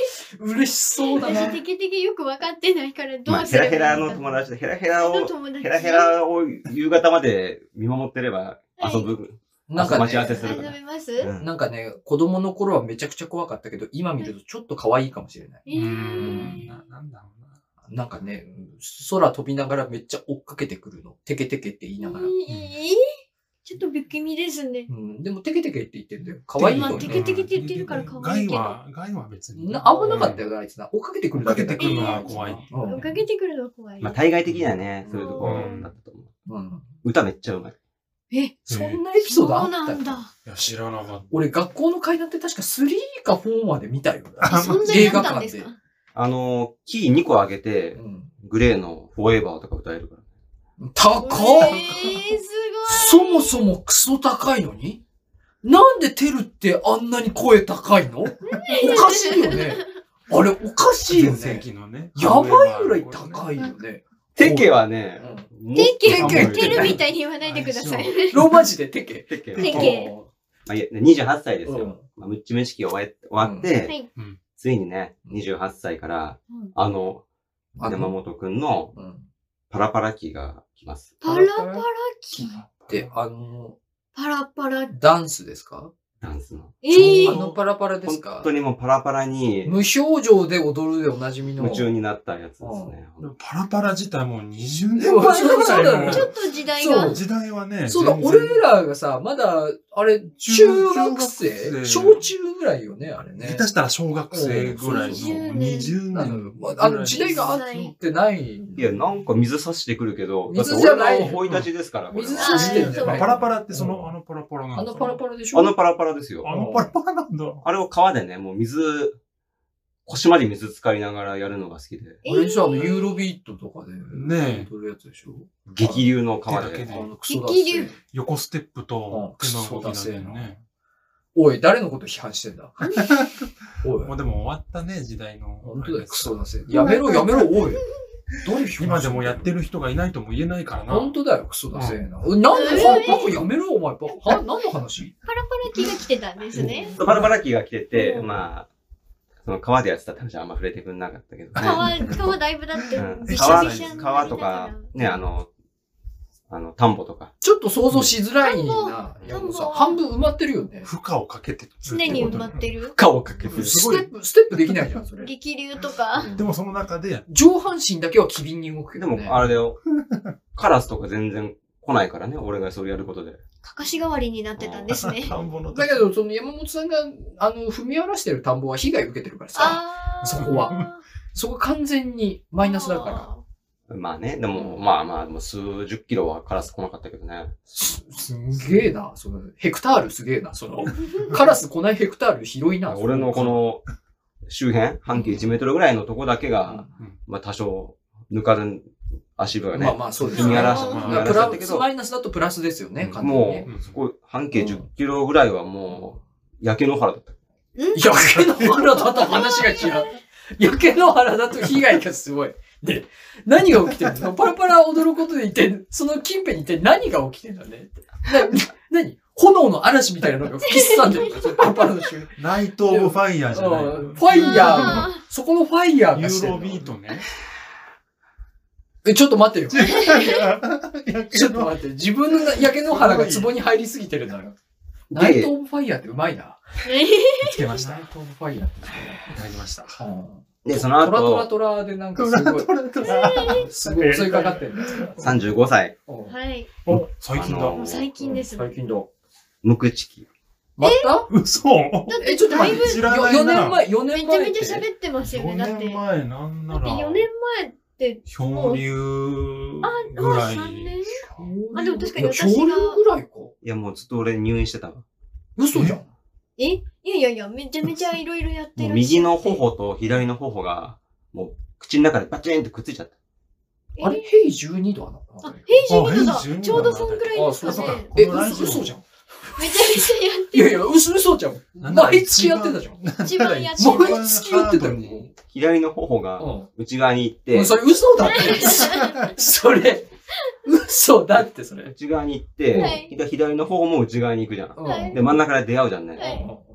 Speaker 2: 嬉しそうだな。
Speaker 1: 私、テケテケよく分かってないから、ど
Speaker 3: まあ、
Speaker 1: うすればいい
Speaker 3: ヘラヘラの
Speaker 1: か
Speaker 3: 友達で、ヘラヘラを、
Speaker 1: 友達
Speaker 3: ヘラヘラを夕方まで見守ってれば遊ぶ。
Speaker 2: なんかね
Speaker 3: 待ち合わせするから。
Speaker 1: 遊べます
Speaker 3: うん
Speaker 2: なんかね、子供の頃はめちゃくちゃ怖かったけど、今見るとちょっと可愛いかもしれない。
Speaker 1: え
Speaker 4: う
Speaker 1: ー
Speaker 4: ん。ななんだろうな。
Speaker 2: なんかね、空飛びながらめっちゃ追っかけてくるの。テケテケって言いながら。
Speaker 1: えーちょっと不気味ですね。
Speaker 2: うん、でもテケテケって言ってるんだよ。可愛いの
Speaker 1: まあ、
Speaker 2: にね。
Speaker 1: テケテケって言ってるから可愛いけど。
Speaker 4: 害は、害は別に。
Speaker 2: なあんまなかったよな、あいつな。追っかけてくるだけだ
Speaker 4: 追っかけてくるのが怖い
Speaker 2: うん
Speaker 1: 追っかけてくるの怖い。
Speaker 3: まあ、対外的にはね、そういうとこだったと思う。
Speaker 2: うん。
Speaker 3: 歌めっちゃうまい。
Speaker 1: え、
Speaker 2: そんなエピソードあ
Speaker 1: そう
Speaker 2: った
Speaker 1: なんだ。
Speaker 4: いや、知らなかっ
Speaker 2: 俺、学校の階段って確かスリーかフォーまで見たよ。
Speaker 4: た。
Speaker 1: そんなにあったんですか？
Speaker 3: あの、キーにこ上げて
Speaker 2: う、ん。
Speaker 3: グレーのフォーエバーとか歌えるから。
Speaker 2: 高っ、
Speaker 1: えー、す
Speaker 2: そもそもクソ高いのになんでテルってあんなに声高いのおかしいよね。あれおかしいよ
Speaker 4: 全盛
Speaker 2: ね。
Speaker 4: 期のね。
Speaker 2: やばいぐらい高いよね。
Speaker 3: テケはね、
Speaker 2: うん
Speaker 3: もっ
Speaker 1: テケ、
Speaker 3: と
Speaker 2: テケ
Speaker 1: テルみたいに言わないでください。
Speaker 2: ローマ字でテケ。
Speaker 3: テケ。
Speaker 1: テケ
Speaker 3: まあ、いやにじゅうはっさいです
Speaker 2: うん
Speaker 3: よ。まあ、ムッチム式が終わ終わっ
Speaker 1: は
Speaker 3: て、
Speaker 1: い。
Speaker 3: ついにね、にじゅうはっさいから、
Speaker 1: うん
Speaker 3: あの、
Speaker 2: あの
Speaker 3: 山本くんの
Speaker 2: うん
Speaker 3: パラパラ期が来ます。
Speaker 1: パラパラキ
Speaker 2: で、あの、
Speaker 1: パラパラ。
Speaker 2: ダンスですか
Speaker 3: ダンスの。
Speaker 1: えー
Speaker 2: あのパラパラです
Speaker 3: 本
Speaker 2: か
Speaker 3: 当にもうパラパラに
Speaker 2: 無表情で踊るでおなじみの。
Speaker 3: 夢中になったやつですね。
Speaker 4: でもパラパラ自体もうにじゅう
Speaker 2: でも
Speaker 4: ねんまえぐらいの
Speaker 1: ちょっと時代が
Speaker 2: そう。
Speaker 4: 時代はね。
Speaker 2: そうだ、
Speaker 4: 全然
Speaker 2: 俺らがさ、まだ、あれ、中学生
Speaker 4: 中学生
Speaker 2: 小中ぐらいよね、あれね。
Speaker 4: 下手したら小学生ぐらいのにじゅうね
Speaker 2: あの
Speaker 4: ん。
Speaker 2: あの時代があってない。
Speaker 3: いや、なんか水差してくるけど、
Speaker 2: 水じゃない
Speaker 3: だって俺の生い立ちですから、これは
Speaker 2: 水差してんじゃ
Speaker 1: そう
Speaker 2: ない
Speaker 4: パラパラってその、あのパラパラなの
Speaker 2: あのパラパラでしょ
Speaker 3: あのパラパラですよ。
Speaker 4: あのパラパラなんだ。
Speaker 3: あれを川でね、もう水、腰まで水浸かりながらやるのが好きで、
Speaker 2: あれでしょ、あの、ユーロビートとかで。
Speaker 4: ねえ
Speaker 2: 踊るやつでしょ。
Speaker 3: 激流の川で。
Speaker 4: 手だけで
Speaker 2: あの、クソだ
Speaker 1: 激流
Speaker 4: 横ステップと
Speaker 2: うん
Speaker 4: 手の動きなんだよ
Speaker 2: クソだ
Speaker 4: ね。
Speaker 2: おい、誰のこと批判してんだおい
Speaker 4: もう、でも終わったね、時代の。
Speaker 2: 本当だよ、クソだせ。やめろ、やめろ、おい。誰批判してんだ
Speaker 4: 今でもやってる人がいないとも言えないからな。
Speaker 2: 本当だよ、クソだせえな。なんで、は、バカやめろ、お前。バカは、何の話
Speaker 1: パラパラキが来てたんですね。
Speaker 3: パラパラ期が来てて、
Speaker 1: うん
Speaker 3: まあ、その川でやってたって話はあんま触れてくれなかったけどね。
Speaker 1: 川、川だいぶだって
Speaker 3: うん、
Speaker 1: びしゃ
Speaker 3: 川
Speaker 1: びしゃになりながら
Speaker 3: 川とか、ね、あの、あの、田んぼとか。
Speaker 2: ちょっと想像しづらいな。
Speaker 1: うん
Speaker 2: いやもうさ
Speaker 1: 田んぼ
Speaker 2: 半分埋まってるよね。
Speaker 4: 負荷をかけて
Speaker 1: 常に埋まってる。
Speaker 3: 川をかけてる。
Speaker 2: ステップ、ステップできないじゃん、それ。
Speaker 1: 激流とか。
Speaker 4: でもその中で、
Speaker 2: 上半身だけは機敏に動くけ
Speaker 3: で
Speaker 2: どね。
Speaker 3: も、あれだよ。カラスとか全然来ないからね、俺がそれやることで。
Speaker 1: かかし代わりになってたんですね。
Speaker 4: 田んぼの
Speaker 2: だけど、その山本さんが、あの、踏み荒らしてる田んぼは被害を受けてるからさ、
Speaker 1: あー
Speaker 2: そこは。そこ完全にマイナスだから。
Speaker 3: まあね、でも、まあまあ、もう数十キロはカラス来なかったけどね。
Speaker 2: す、すんげえな。その、ヘクタールすげえな。その、カラス来ないヘクタール広いな。
Speaker 3: 俺のこの周辺、半径いちメートルぐらいのとこだけが、
Speaker 4: うん
Speaker 3: まあ多少、ぬかる足場がね、
Speaker 2: まあまあそうです
Speaker 3: 踏み荒らし
Speaker 1: あー
Speaker 3: 踏み荒らし
Speaker 2: プラス、
Speaker 3: ちゃったけど、
Speaker 2: マイナスだとプラスですよね、
Speaker 3: うん
Speaker 2: 完全に
Speaker 3: も
Speaker 2: ね。
Speaker 3: う、そこ、半径じゅっキロぐらいはもう、焼け野原だった。
Speaker 2: 焼け野原だと話が違う。焼け野原だと被害がすごい。で、何が起きてんのパラパラ踊ることで一体、その近辺に一体何が起きてんだねな、何炎の嵐みたいなのが吹きすさんでるんだよ、パラパラの瞬間。
Speaker 4: ナイト・オブ・ファイヤーじゃない。
Speaker 2: うんファイヤーの
Speaker 1: あ、
Speaker 2: そこのファイヤー
Speaker 4: ユ
Speaker 2: がしてんの
Speaker 4: ーロビートね。
Speaker 2: え、ちょっと待ってよ。ち
Speaker 4: ち
Speaker 2: ょっと待って。自分の焼け野原が壺に入りすぎてるんだよ。ナイト・オブ・ファイヤーってうまいな。
Speaker 4: つけました。い
Speaker 2: ナイト・オブ・ファイヤーって
Speaker 4: ただきました。
Speaker 2: ね。
Speaker 3: で、その
Speaker 2: トラトラ
Speaker 3: 後、
Speaker 2: トラでなんかすごい、すごい襲いかかってんだよ。
Speaker 3: さんじゅうごさい、
Speaker 2: うん
Speaker 1: はい。
Speaker 4: お、最近だ。
Speaker 3: あの
Speaker 1: もう最近ですね。
Speaker 2: 最近だ。
Speaker 3: 無口期。
Speaker 2: また
Speaker 4: 嘘
Speaker 1: だって
Speaker 2: え、ちょっと待って。
Speaker 4: 知らないな
Speaker 2: よねんまえ、よね
Speaker 1: めちゃめ
Speaker 2: んまえって。
Speaker 1: ちゃ喋ってますよね。
Speaker 4: ?よ
Speaker 1: だって。
Speaker 4: 年前なんな
Speaker 1: だって
Speaker 4: ら、
Speaker 1: よねんまえって、
Speaker 4: 漂流
Speaker 1: あ、
Speaker 4: ぐらい。
Speaker 1: さんねんあでも確かに
Speaker 2: いや
Speaker 1: 私が
Speaker 2: 漂流ぐらいか。
Speaker 3: いや、もうずっと俺入院してたわ。
Speaker 2: 嘘じゃん。
Speaker 1: えいやいやいや、めちゃめちゃいろいろやってる。
Speaker 3: もう右の頬と左の頬が、もう口の中でバチーンってくっついちゃった。
Speaker 2: あれ、ヘイじゅうにどあな
Speaker 1: あ、
Speaker 2: の
Speaker 1: 平時にだ。
Speaker 4: あ平時に
Speaker 1: ちょうどそんくらいですか
Speaker 2: あそう
Speaker 1: ね。
Speaker 2: え、
Speaker 4: このラジオ
Speaker 2: 嘘、嘘じゃん。
Speaker 1: めちゃめちゃやって
Speaker 2: いやいや、嘘、嘘じゃん。
Speaker 4: なんなら
Speaker 2: 毎月やってたじゃん。
Speaker 1: 一番やってる
Speaker 2: 毎月やってたよ。
Speaker 4: に
Speaker 3: 左の頬が
Speaker 2: う
Speaker 3: 内側に行っ
Speaker 2: ん。
Speaker 3: て、
Speaker 2: それ嘘だって。それ、嘘だって、それ。
Speaker 3: 内側に行って、
Speaker 1: はい
Speaker 3: 左の頬も内側に行くじゃん。
Speaker 2: うん
Speaker 1: はい
Speaker 3: で、真ん中で出会うじゃんね。
Speaker 1: はい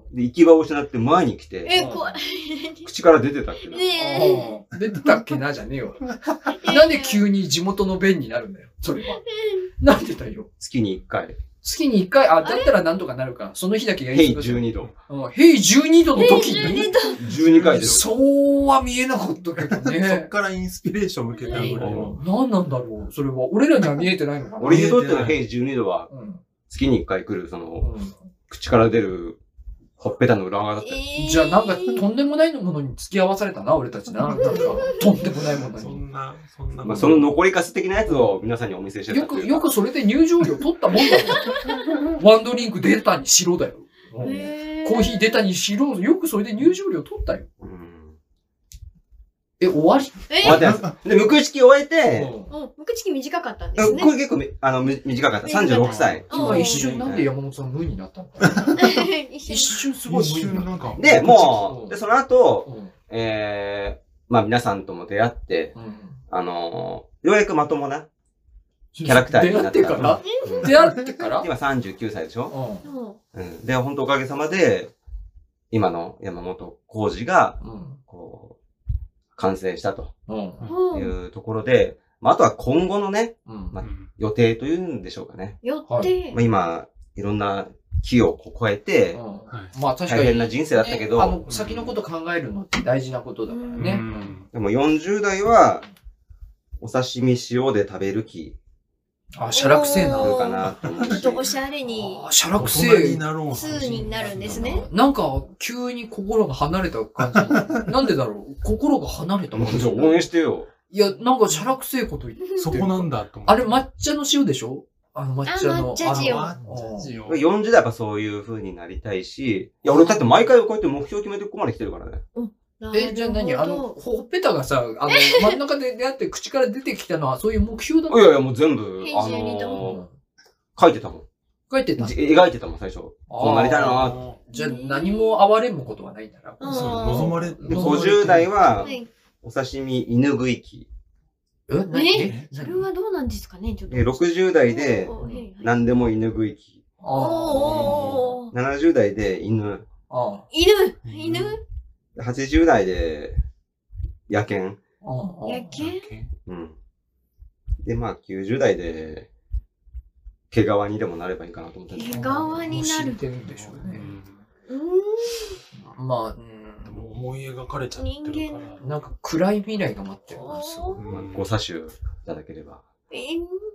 Speaker 3: で、行き場を失って前に来て、
Speaker 1: え、怖い。
Speaker 3: 口から出てたっけな。
Speaker 1: ね
Speaker 2: ああ出てたっけなじゃねえよ。なんで急に地元の弁になるんだよ、それは。なんでだよ。
Speaker 3: 月にいっかい。
Speaker 2: 月にいっかい、あ、だったらなんとかなるか。その日だけや
Speaker 3: ヘイ
Speaker 2: り過ごす
Speaker 3: じゅうにど。
Speaker 2: うんヘイじゅうにどの時
Speaker 1: え。
Speaker 2: に
Speaker 3: じゅうにかいですよ。
Speaker 2: そうは見えなかったけど
Speaker 4: そっ
Speaker 2: ね。
Speaker 4: からインスピレーションを受けたぐらいの。
Speaker 2: 何なんだろうそれは。俺らには見えてないのかな
Speaker 3: 俺にとってのヘイじゅうにどは、
Speaker 2: うん
Speaker 3: 月にいっかい来る、その、
Speaker 2: うん
Speaker 3: 口から出る、ほっぺたの裏側だったよ。
Speaker 2: じゃあなんかとんでもないものに付き合わされたな、俺たちな。なんか、とんでもないものに。
Speaker 4: そんな、そんな。
Speaker 3: まあ、その残りかす的なやつを皆さんにお見せしてた
Speaker 2: よく、
Speaker 3: っていう
Speaker 2: よくそれで入場料取ったもんだよ。ワンドリンク出たにしろだよ。うん
Speaker 1: え
Speaker 2: コーヒー出たにしろ、よくそれで入場料取ったよ。
Speaker 3: うん
Speaker 2: え、終わり
Speaker 1: え
Speaker 3: 終わってます。で、むく式終えて、
Speaker 2: うん
Speaker 1: うん、むくちき短かったんで
Speaker 3: こ
Speaker 1: すね。
Speaker 3: れ結構み、あの、み短かった。さんじゅうろくさい。
Speaker 2: 今一瞬なんで山本さん無になったの一瞬すごい無になっ
Speaker 4: なんか。
Speaker 3: で、も
Speaker 2: うん
Speaker 3: う、で、その後、
Speaker 2: た。うん
Speaker 3: えー、まあ皆さんとも出会って、
Speaker 2: うん
Speaker 3: あのー、ようやくまともなキャラクターに
Speaker 2: 出会っ
Speaker 3: なってた。
Speaker 2: てから
Speaker 3: うん
Speaker 2: 出会ってから
Speaker 3: 今さんじゅうきゅうさいでしょ
Speaker 2: うん
Speaker 1: うん
Speaker 3: うん。で、本当おかげさまで、今の山本浩二が、
Speaker 2: うん
Speaker 3: こう、完成したと
Speaker 2: うん
Speaker 1: うん
Speaker 3: いうところで、まあ、あとは今後のね、
Speaker 2: うん
Speaker 3: まあ予定というんでしょうかね。
Speaker 1: よっ
Speaker 2: は
Speaker 1: て
Speaker 3: まあ、、今、いろんな木をこう越えて、
Speaker 2: まあ確かに。
Speaker 3: 大変な人生だったけど、
Speaker 2: えあの、先のこと考えるのって大事なことだからね。
Speaker 4: うん
Speaker 3: でもよんじゅう代は、お刺身塩で食べる気
Speaker 2: あ、シャラクセえな。
Speaker 3: なのかなと思うし
Speaker 1: ちょっとおしゃれに
Speaker 2: あ、シャラ
Speaker 4: 大
Speaker 2: クセえ。
Speaker 4: 人になろう。
Speaker 1: 通になるんですね。
Speaker 2: なんか、急に心が離れた感じ。なんでだろう心が離れた感じ。
Speaker 3: もうちょっと応援してよ。
Speaker 2: いや、なんかシャラクセえこと言って。
Speaker 4: そこなんだと思って。
Speaker 2: あれ、抹茶の塩でしょあの抹茶の。
Speaker 1: あ抹茶塩
Speaker 2: あの
Speaker 4: 抹茶塩。
Speaker 3: よんじゅう代やっぱそういう風になりたいし、いや、俺だって毎回こうやって目標決めてここまで来てるからね。
Speaker 2: え、じゃあ何あの、ほっぺたがさ、あの、真ん中で出会って口から出てきたのはそういう目標だ
Speaker 3: いやいや、もう全部、あ
Speaker 1: 編集に
Speaker 3: のー、書いてたもん。
Speaker 2: 書いてた。
Speaker 3: じ描いてたもん、最初。こうなりたいな
Speaker 4: あ
Speaker 2: じゃあ何も哀れむことはないんだな。
Speaker 1: うん
Speaker 4: そう望まれ、
Speaker 3: で、ごじゅう代は
Speaker 1: は、い。
Speaker 3: お刺身犬食い機。
Speaker 2: え何
Speaker 1: えそれはどうなんですかねちょっと。
Speaker 3: で、ろくじゅう代で、
Speaker 1: おーはいはい
Speaker 3: 何でも犬食い機。
Speaker 2: あ
Speaker 1: おーおーおー
Speaker 3: ななじゅう代で犬。
Speaker 2: あ。あ
Speaker 1: 犬
Speaker 4: うん
Speaker 1: 犬
Speaker 3: はちじゅう代で野犬。
Speaker 2: あ。ああ。
Speaker 1: 野犬
Speaker 3: うん。で、まあ、きゅうじゅう代で、毛皮にでもなればいいかなと思ってるんだけど
Speaker 1: 毛皮になる
Speaker 2: もう死んでるんでしょうね。
Speaker 1: うーん。
Speaker 2: まあ、
Speaker 4: で
Speaker 2: う
Speaker 4: も思い描かれちゃってるから。
Speaker 2: ん。なんか暗い未来が待ってるんですよ。
Speaker 1: おー
Speaker 3: まあ、ご査種いただければ。
Speaker 1: えー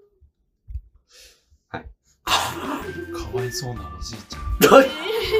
Speaker 4: かわいそうなおじいちゃん。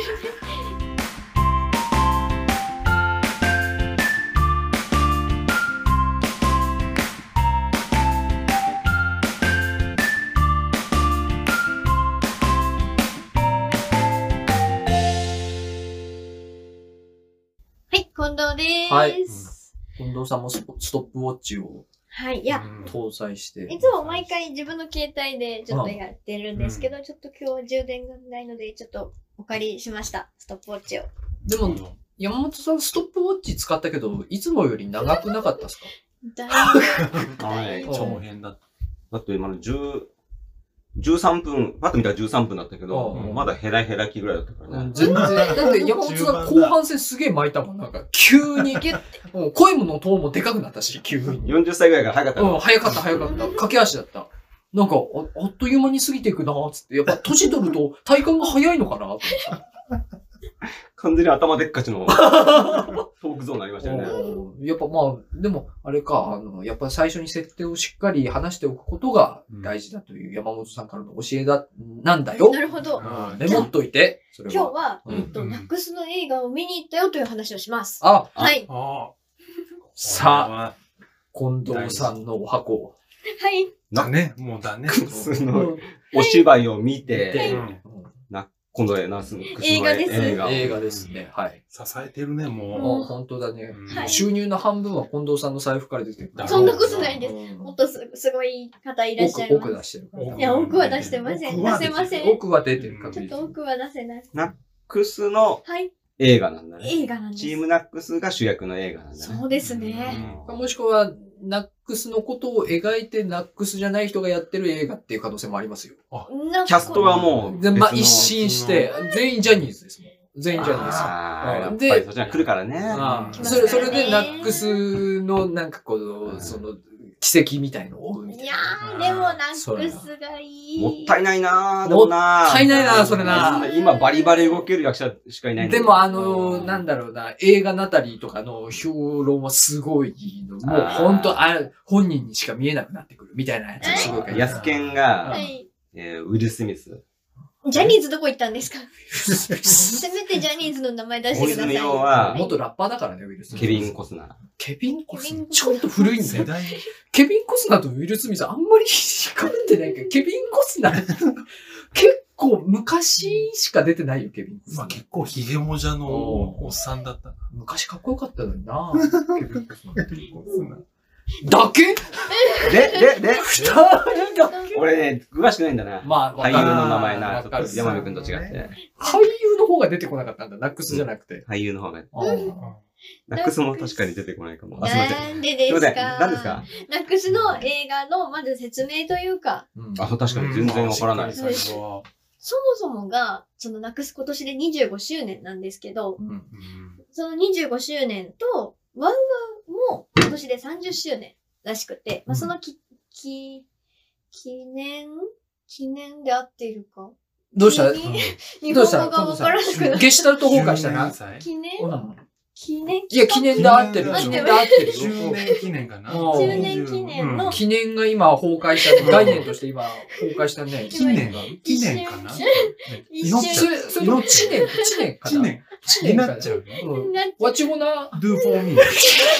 Speaker 1: はい、近藤です。
Speaker 2: はい近藤さんもスポストップウォッチを
Speaker 1: はい。いや、
Speaker 2: 搭載して。
Speaker 1: いつも毎回自分の携帯でちょっとやってるんですけど、ちょっと今日充電がないので、ちょっとお借りしました。ストップウォッチを。
Speaker 2: でも、山本さんストップウォッチ使ったけど、いつもより長くなかったですか
Speaker 1: だい
Speaker 3: はい。
Speaker 2: うん
Speaker 4: 長編だった。
Speaker 3: だって今のじゅう、じゅうさんぷん、パッと見たらじゅうさんぷんだったけど、
Speaker 2: うん
Speaker 3: まだヘラヘラ期ぐらいだったからね。
Speaker 2: 全然。だって山本さん後半戦すげえ巻いたもん。なんか、急に。
Speaker 1: ぶギュッて。
Speaker 2: うん声のトーンもでかくなったし、急に。
Speaker 3: よんじゅっさいぐらいから早かった
Speaker 2: うん、
Speaker 3: の。
Speaker 2: 早かった早かった。駆け足だった。なんか、ああっという間に過ぎていくなーっつって。やっぱ年取ると体感が早いのかなと思って
Speaker 3: 完全に頭でっかちのトークゾーンになりましたよね。
Speaker 2: うんやっぱまあ、でも、あれか、あの、やっぱ最初に設定をしっかり話しておくことが大事だという山本さんからの教えだ、なんだよ。
Speaker 1: なるほど。
Speaker 2: うんメモっといて、それは。
Speaker 1: 今日は、
Speaker 2: うん
Speaker 1: えっと、ナックスの映画を見に行ったよという話をします。
Speaker 2: あ、
Speaker 1: はい。
Speaker 4: ああ。
Speaker 2: さあ、近藤さんのお箱を。
Speaker 1: はい。
Speaker 4: だね。もうだね。
Speaker 3: その、お芝居を見て、
Speaker 2: で
Speaker 4: うん
Speaker 3: 今度はナスの
Speaker 1: 映画です
Speaker 3: 映画を
Speaker 2: 映画ですね。はい。
Speaker 4: 支えてるね、
Speaker 2: あ、
Speaker 4: も
Speaker 2: 本当だね。
Speaker 4: う。
Speaker 1: はい
Speaker 2: 収入の半分は近藤さんの財布から出てる。
Speaker 4: だ
Speaker 1: そんなことないです。
Speaker 2: うん
Speaker 1: もっとすすごい方いらっしゃい
Speaker 2: 奥、
Speaker 1: ます。
Speaker 2: 奥出してるから。
Speaker 1: いや、奥は出してません。出
Speaker 4: 奥は
Speaker 1: せません。
Speaker 2: 奥は出てる確率
Speaker 1: ちょっと。奥は出せない。
Speaker 3: クスの
Speaker 1: はい。
Speaker 3: 映画なんだね。
Speaker 1: 映画なんです。
Speaker 3: チームナックスが主役の映画なんだね。
Speaker 1: そうですね。
Speaker 2: もしくは、ナックスのことを描いて、ナックスじゃない人がやってる映画っていう可能性もありますよ。
Speaker 1: なんか
Speaker 3: キャストはもう、
Speaker 2: で、まあ、
Speaker 3: 別の
Speaker 2: 一新して、全員ジャニーズですもん。 全員ジャニーズ。
Speaker 3: ああ、やっ
Speaker 2: で
Speaker 3: ぱりそっちが来るからね。
Speaker 2: ああ
Speaker 1: 来ますからね
Speaker 2: それ、それでナックスのなんかこう、その、奇跡みたいのを追うみたい
Speaker 1: いや
Speaker 2: な。
Speaker 1: ー、でもナックスがいい。
Speaker 3: もったいないなぁ、でもなぁ。
Speaker 2: もったいないなそれな
Speaker 3: 今バリバリ動ける役者しかいないんだよ
Speaker 2: でもあの、なんだろうな、映画ナタリーとかの評論はすごいの。もう
Speaker 3: あー
Speaker 2: 本当あれ、本人にしか見えなくなってくるみたいなやつがすごい書いてある。
Speaker 3: ヤスケンが
Speaker 1: は、い。
Speaker 3: えーウィル・スミス。
Speaker 1: ジャニーズどこ行ったんですか？せめてジャニーズの名前出してください。
Speaker 3: 大泉洋は
Speaker 2: 元ラッパーだからね、ウィル・スミス。
Speaker 3: ケビン・コスナー。
Speaker 2: ケビン・コスナ
Speaker 1: ケビン
Speaker 2: ー。ちょっと古いんだよ。
Speaker 4: 世代
Speaker 2: ケビン・コスナーとウィル・スミスあんまり被ってないけど、ケビン・コスナー結構昔しか出てないよ、ケビン・コスナー。
Speaker 4: まあ結構ヒゲもじゃのおっさんだったな。
Speaker 2: 昔かっこよかったのになケビン・コスナー。
Speaker 4: そんな
Speaker 2: だけ
Speaker 3: で、で、で、
Speaker 2: 二人だけ
Speaker 3: 俺ね、詳しくないんだな。
Speaker 2: まあ、
Speaker 3: 俳優の名前な。ちょっ
Speaker 2: わかる
Speaker 3: と山部君と違って。
Speaker 2: 俳優の方が出てこなかったんだ。ナックスじゃなくて。
Speaker 3: 俳優の方が。
Speaker 2: あ
Speaker 3: ナックスも確かに出てこないかも。あ、すいません。
Speaker 1: なんでですか？
Speaker 3: すいません。何ですか？
Speaker 1: ナックスの映画のまず説明というか、
Speaker 2: うん
Speaker 3: あ、そう、確かに全然わからない。
Speaker 4: うん最初は。
Speaker 1: そもそもが、そのナックス今年でにじゅうごしゅうねんなんですけど、
Speaker 2: うん
Speaker 4: うん
Speaker 1: そのにじゅうごしゅうねんと、ワウワウも今年でさんじゅっしゅうねんらしくて、まあ、そのき、き、記念記念で合っているか
Speaker 2: どうした
Speaker 1: 急に日
Speaker 2: どうした
Speaker 1: 本語がわからなくなる。
Speaker 2: ゲシュタルト崩壊したな。
Speaker 1: 記念
Speaker 2: うん
Speaker 1: 記念
Speaker 2: いや、記念で合ってる。
Speaker 1: 合ってる
Speaker 2: 記念で合ってる
Speaker 4: じゅう
Speaker 2: よ。
Speaker 4: ねん記念かな。
Speaker 2: うん
Speaker 1: じゅうねん記念の
Speaker 4: うん
Speaker 2: 記念が今崩壊した、概念として今崩壊したね。
Speaker 4: 記念記念かな。
Speaker 1: 一
Speaker 4: 祈っ
Speaker 1: 瞬
Speaker 2: それ、それとも知念、知念かな。
Speaker 4: 記念
Speaker 2: 知
Speaker 4: に
Speaker 2: 念かな
Speaker 4: なっちゃうの。
Speaker 2: うん。
Speaker 1: なっちゃう
Speaker 2: わちもな、
Speaker 4: do for me。いやいや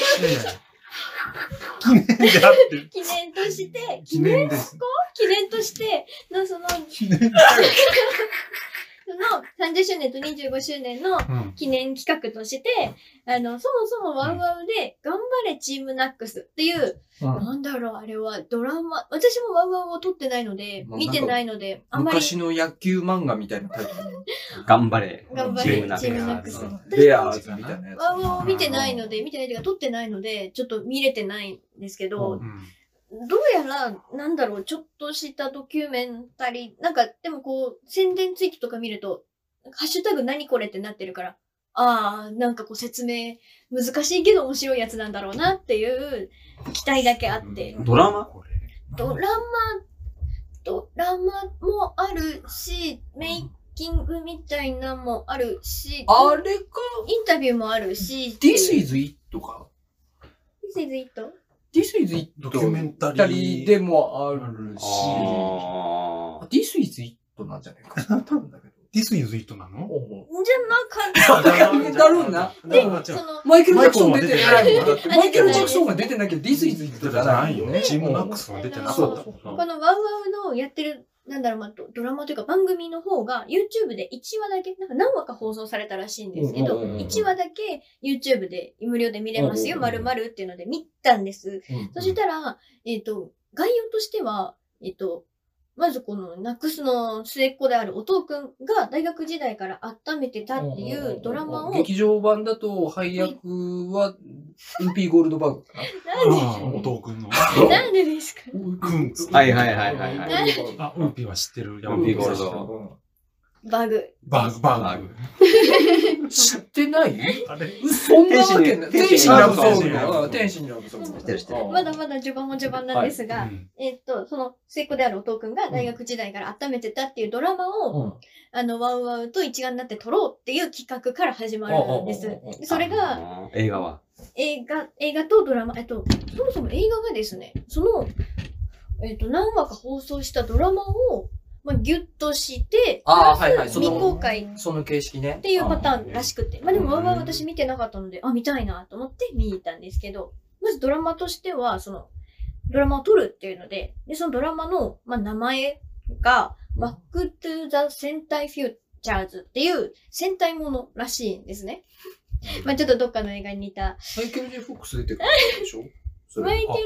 Speaker 4: 記念であってる。
Speaker 1: 記念として、
Speaker 4: 記念です。
Speaker 1: 記念としてのその、
Speaker 4: 記念。
Speaker 1: そのさんじゅっしゅうねんとにじゅうごしゅうねんの
Speaker 4: うん。
Speaker 1: 記念企画として、あの、そもそもワウワウで、頑張れチームナックスっていう、
Speaker 2: うん
Speaker 1: なんだろう、あれはドラマ、私もワウワウを撮ってないので、
Speaker 2: まあ
Speaker 1: 見てないので、あんまり
Speaker 2: 昔の野球漫画みたいなタイトル。
Speaker 3: 頑張れ。
Speaker 1: 頑張
Speaker 3: チームナックス
Speaker 1: れチームナックス。
Speaker 2: ベアーズみたいなやつ。
Speaker 1: ワウワウを見てないので、見てないというか撮ってないので、ちょっと見れてないんですけど、
Speaker 2: うん
Speaker 4: うん
Speaker 1: どうやら、なんだろう、ちょっとしたドキュメンタリー、なんか、でもこう、宣伝ツイートとか見ると、ハッシュタグ何これってなってるから、ああ、なんかこう説明難しいけど面白いやつなんだろうなっていう期待だけあって。
Speaker 3: ドラマ
Speaker 4: これ
Speaker 1: ドラマ、ドラマもあるし、メイキングみたいなのもあるし、
Speaker 2: あれか、
Speaker 1: インタビューもあるし、
Speaker 2: This is it か。
Speaker 1: This is it?
Speaker 2: This is it
Speaker 4: ドキュメンタリー
Speaker 2: タリーでもあるし、
Speaker 3: あ
Speaker 2: This is it なんじゃないかな。多分だけど。
Speaker 4: This is it なの
Speaker 1: じゃなかった。
Speaker 2: だろうな。
Speaker 1: で、
Speaker 4: だ
Speaker 1: その、
Speaker 2: マイケル・ジャクソン出てないもん。
Speaker 4: マイケルは出てない
Speaker 2: マイケル・ジャクソンが出てなきゃ This is it じゃないよね。
Speaker 4: チームナックスは出てなかった。
Speaker 2: そうそう
Speaker 1: このワウワウのやってる、なんだろう、まあ、ドドラマというか番組の方が YouTube でいちわだけ、なんか何話か放送されたらしいんですけど、
Speaker 2: うんうんうんうん
Speaker 1: いちわだけ YouTube で無料で見れますよ、
Speaker 2: うんうんうん
Speaker 1: まるまるっていうので見たんです。
Speaker 2: うん
Speaker 1: そしたら、えっ、と、概要としては、えっ、と、まずこのナックスの末っ子であるお父くんが大学時代から温めてたっていうドラマを、
Speaker 2: 劇場版だと配役はウーピー・ゴールドバーグか
Speaker 1: なん
Speaker 4: ああ、お父くんの。
Speaker 1: で、なんでですか？
Speaker 2: な。
Speaker 4: くんつって。
Speaker 3: はいはいはいはいはい。
Speaker 4: あ、ウーピーは知ってる。
Speaker 3: ウーピーゴールド
Speaker 2: ド。
Speaker 1: バグ。
Speaker 4: バーグ、バーグ。
Speaker 2: 知ってない
Speaker 4: あれ
Speaker 2: そんなわけない。天使にラブソング
Speaker 4: 天使にラブソング
Speaker 2: だ。天使にラブソング。
Speaker 3: 知ってる知ってる
Speaker 1: まだまだ序盤も序盤なんですが、
Speaker 4: うん
Speaker 1: えっと、その末っ子であるお父くんが大学時代から温めてたっていうドラマを、
Speaker 2: うん
Speaker 1: あの、ワウワウと一丸になって撮ろうっていう企画から始まるんです。
Speaker 2: うんうんうんうん
Speaker 1: でそれが、
Speaker 3: あー映画は
Speaker 1: 映画、映画とドラマ、えっと、そもそも映画がですね、その、えっと、何話か放送したドラマを、まあ、ギュッとして、
Speaker 2: あー
Speaker 1: プラス
Speaker 2: はいはいその
Speaker 1: 未公開っ
Speaker 2: その形式ね。
Speaker 1: ていうパターンらしくて、まあでも、ワウワウ
Speaker 2: うん
Speaker 1: 私見てなかったので、あ、見たいなと思って見に行ったんですけど、まずドラマとしては、その、ドラマを撮るっていうので、で、そのドラマの、まあ、名前が、バックトゥザ戦隊フューチャーズっていう戦隊ものらしいんですね。まあちょっとどっかの映画に似た。
Speaker 2: マイケル・ジェフォックス出てくるでしょそれ
Speaker 1: マイケル、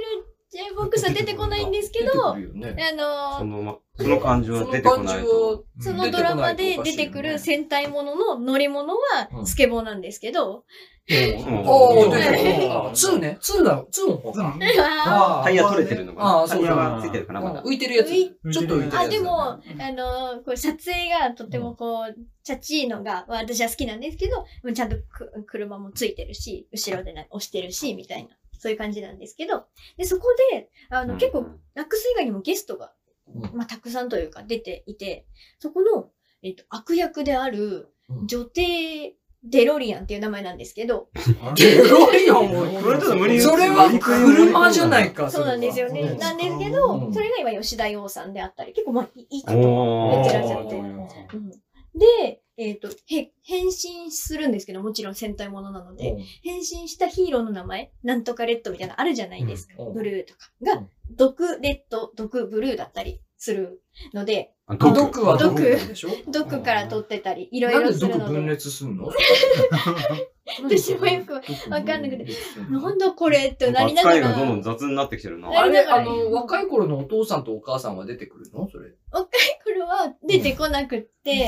Speaker 1: J-ボックス は出てこないんですけど、あの
Speaker 3: その、ま、その感じは出てこないと。
Speaker 1: そのドラマで出てくる戦隊ものの乗り物はスケボーなんですけど、
Speaker 2: おー、出てる。ツーね。ツーだ。ツーの方か。
Speaker 3: タイヤ取れてるのかな。
Speaker 2: ああ、そう
Speaker 3: タイヤがついてるかな、まだ。
Speaker 2: 浮いてるやつ。ちょっと浮いてるやつ。
Speaker 1: あ、でも、あの、これ撮影がとてもこう、チャチーのが、私は好きなんですけど、ちゃんとく車もついてるし、後ろで押してるし、みたいな。そういう感じなんですけど、で、そこで、あの、結構、ラックス以外にもゲストが、まあ、たくさんというか出ていて、そこの、えっと、悪役である、女帝、デロリアンっていう名前なんですけど。
Speaker 2: デロリアンをそれは車じゃないか。
Speaker 1: そうなんですよね。なんですけど、それが今吉田羊さんであったり、結構まあいい方やってらっしゃって。で、えっと、へ、変身するんですけど、もちろん戦隊ものなので、変身したヒーローの名前、なんとかレッドみたいなのあるじゃないですか。ブルーとかが、毒レッド、毒ブルーだったりするので、
Speaker 2: 毒は毒でしょ？
Speaker 1: 毒から取ってたり、いろいろするので。
Speaker 2: なんで毒分裂すんの？
Speaker 1: 私もよくわかんなくて、なんだこれってなりながら。
Speaker 3: 扱いがどんどん雑になってきてるな。
Speaker 2: あれ、あの、若い頃のお父さんとお母さんは出てくるのそれ。
Speaker 1: 若い頃は出てこなくって。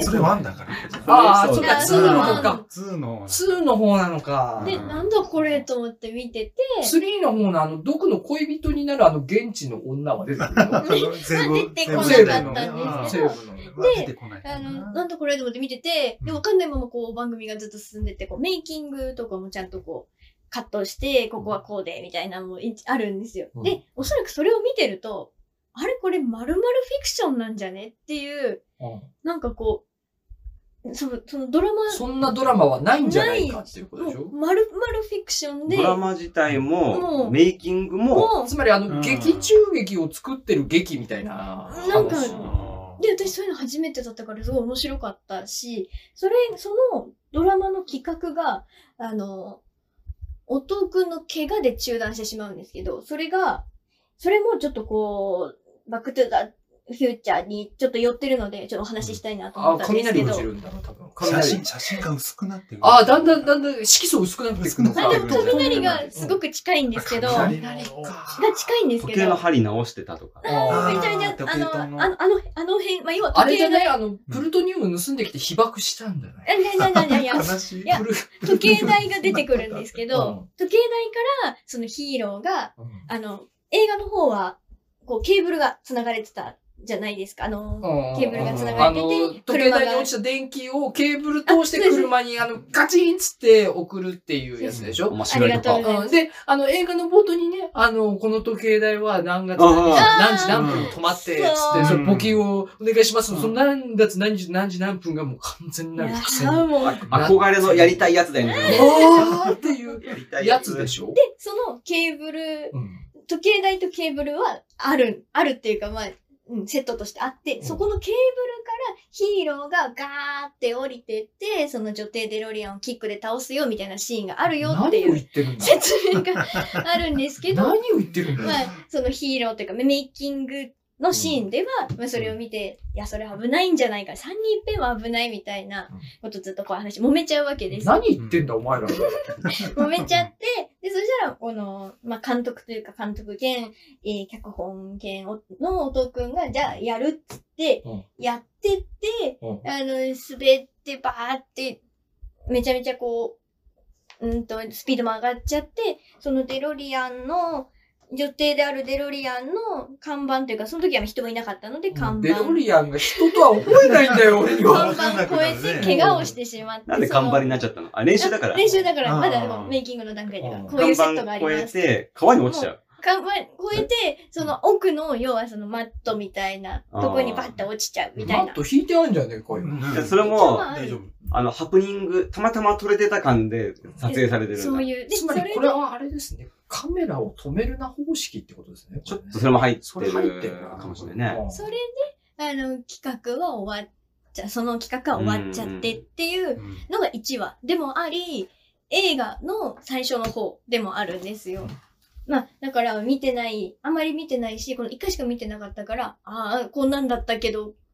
Speaker 4: それワンだから。
Speaker 2: ああ、そうか、ツーの方か。
Speaker 4: ツーの。
Speaker 2: ツーの方なのか。
Speaker 1: で、なんだこれと思って見てて。
Speaker 2: スリーの方のあの、毒の恋人になるあの、現地の女は出てくるの
Speaker 1: 出てこなかったんですけど。で、あの、なんだこれと思って見てて、で、わかんないままこう番組がずっと進んでて、こうメイキングとかもちゃんとこう、カットして、ここはこうで、みたいなのもあるんですよ。うん、で、おそらくそれを見てると、あれこれ〇〇フィクションなんじゃねっていう、うん、なんかこう、その、そのドラマ。
Speaker 2: そんなドラマはないんじゃないかっていうことでしょ？
Speaker 1: 〇〇フィクションで。
Speaker 3: ドラマ自体も、メイキングも。
Speaker 2: つまりあの、うん、劇中劇を作ってる劇みたいな。
Speaker 1: なんか、で、私そういうの初めてだったからすごい面白かったし、それ、そのドラマの企画が、あの、音くんの怪我で中断してしまうんですけど、それが、それもちょっとこう、バックトゥーザフューチャーにちょっと寄ってるので、ちょっとお話ししたいなと思ったんですけど。
Speaker 2: あ、雷落ちるんだろう、多分。
Speaker 4: 写真、写真が薄くなってる。
Speaker 2: あ、だんだんだんだん色素薄くなっていくのか。
Speaker 1: でも雷がすごく近いんですけど、雷が近いんですけど。
Speaker 3: 時計の針直してたとか。
Speaker 1: あめちゃめちゃ、あの、あの、あの、あの辺、まあ、要は
Speaker 2: あれじゃないあの、プルトニウム盗んできて被爆したんじゃない
Speaker 1: いやいやいやいやいや、いや、時計台が出てくるんですけど、時計台から、そのヒーローが、あの、映画の方は、こう、ケーブルが繋がれてた。じゃないですか。あの、ケーブルが繋がれてて、
Speaker 2: 時計台に落ちた電気をケーブル通して車に、あの、ガチンつって送るっていうやつでしょ？
Speaker 3: 面白いと
Speaker 1: か。
Speaker 2: で、あの、映画の冒頭にね、あの、この時計台は何月何時何分止まって、つって、その募金をお願いします。その何月何時何時何分がもう完全なる伏線。
Speaker 3: 憧れのやりたいやつだよね。
Speaker 2: あーっていうやつでしょ？
Speaker 1: で、そのケーブル、時計台とケーブルはある、あるっていうか、まあ、うん、セットとしてあって、うん、そこのケーブルからヒーローがガーって降りてって、その女帝デロリアンをキックで倒すよみたいなシーンがあるよっていう説明があるんですけど、
Speaker 2: 何を言ってるんだ
Speaker 1: まあ、そのヒーローというかメイキングのシーンでは、うん、まあそれを見て、いや、それ危ないんじゃないか、三人いっぺんは危ないみたいなことずっとこう話、揉めちゃうわけです。
Speaker 2: 何言ってんだ、お前ら。
Speaker 1: 揉めちゃって、で、そしたら、この、まあ、監督というか、監督兼、えー、脚本兼の音くんが、じゃあ、やるっつって、うん、やってって、うん、あの、滑ってバーって、めちゃめちゃこう、うんと、スピードも上がっちゃって、そのデロリアンの、女帝であるデロリアンの看板というか、その時は人もいなかったので、看板。
Speaker 2: デロリアンが人とは思えないんだよ、俺には。
Speaker 1: 看板超えて怪我をしてしまって。
Speaker 3: なんで看板になっちゃったの？あ、練習だから。
Speaker 1: 練習だから、まだメイキングの段階では。こういうセットがあります。
Speaker 3: 看板超えて、川に落ちちゃう。
Speaker 1: 看板超えて、その奥の、要はそのマットみたいなとこにバッて落ちちゃうみたいな。
Speaker 2: マット引いてあるんじゃねえかよ。
Speaker 3: それも、大丈夫。あの、ハプニング、たまたま撮れてた感で撮影されてるんだ。
Speaker 1: そういう。
Speaker 2: つまりこれはあれですね。カメラを止めるな方式ってことですね。
Speaker 3: ちょっとそれも入ってるかもしれないね。
Speaker 1: それで、あの、企画は終わっちゃ、その企画は終わっちゃってっていうのがいちわでもあり、映画の最初の方でもあるんですよ。まあ、だから見てない、あまり見てないし、このいっかいしか見てなかったから、ああ、こんなんだったけど、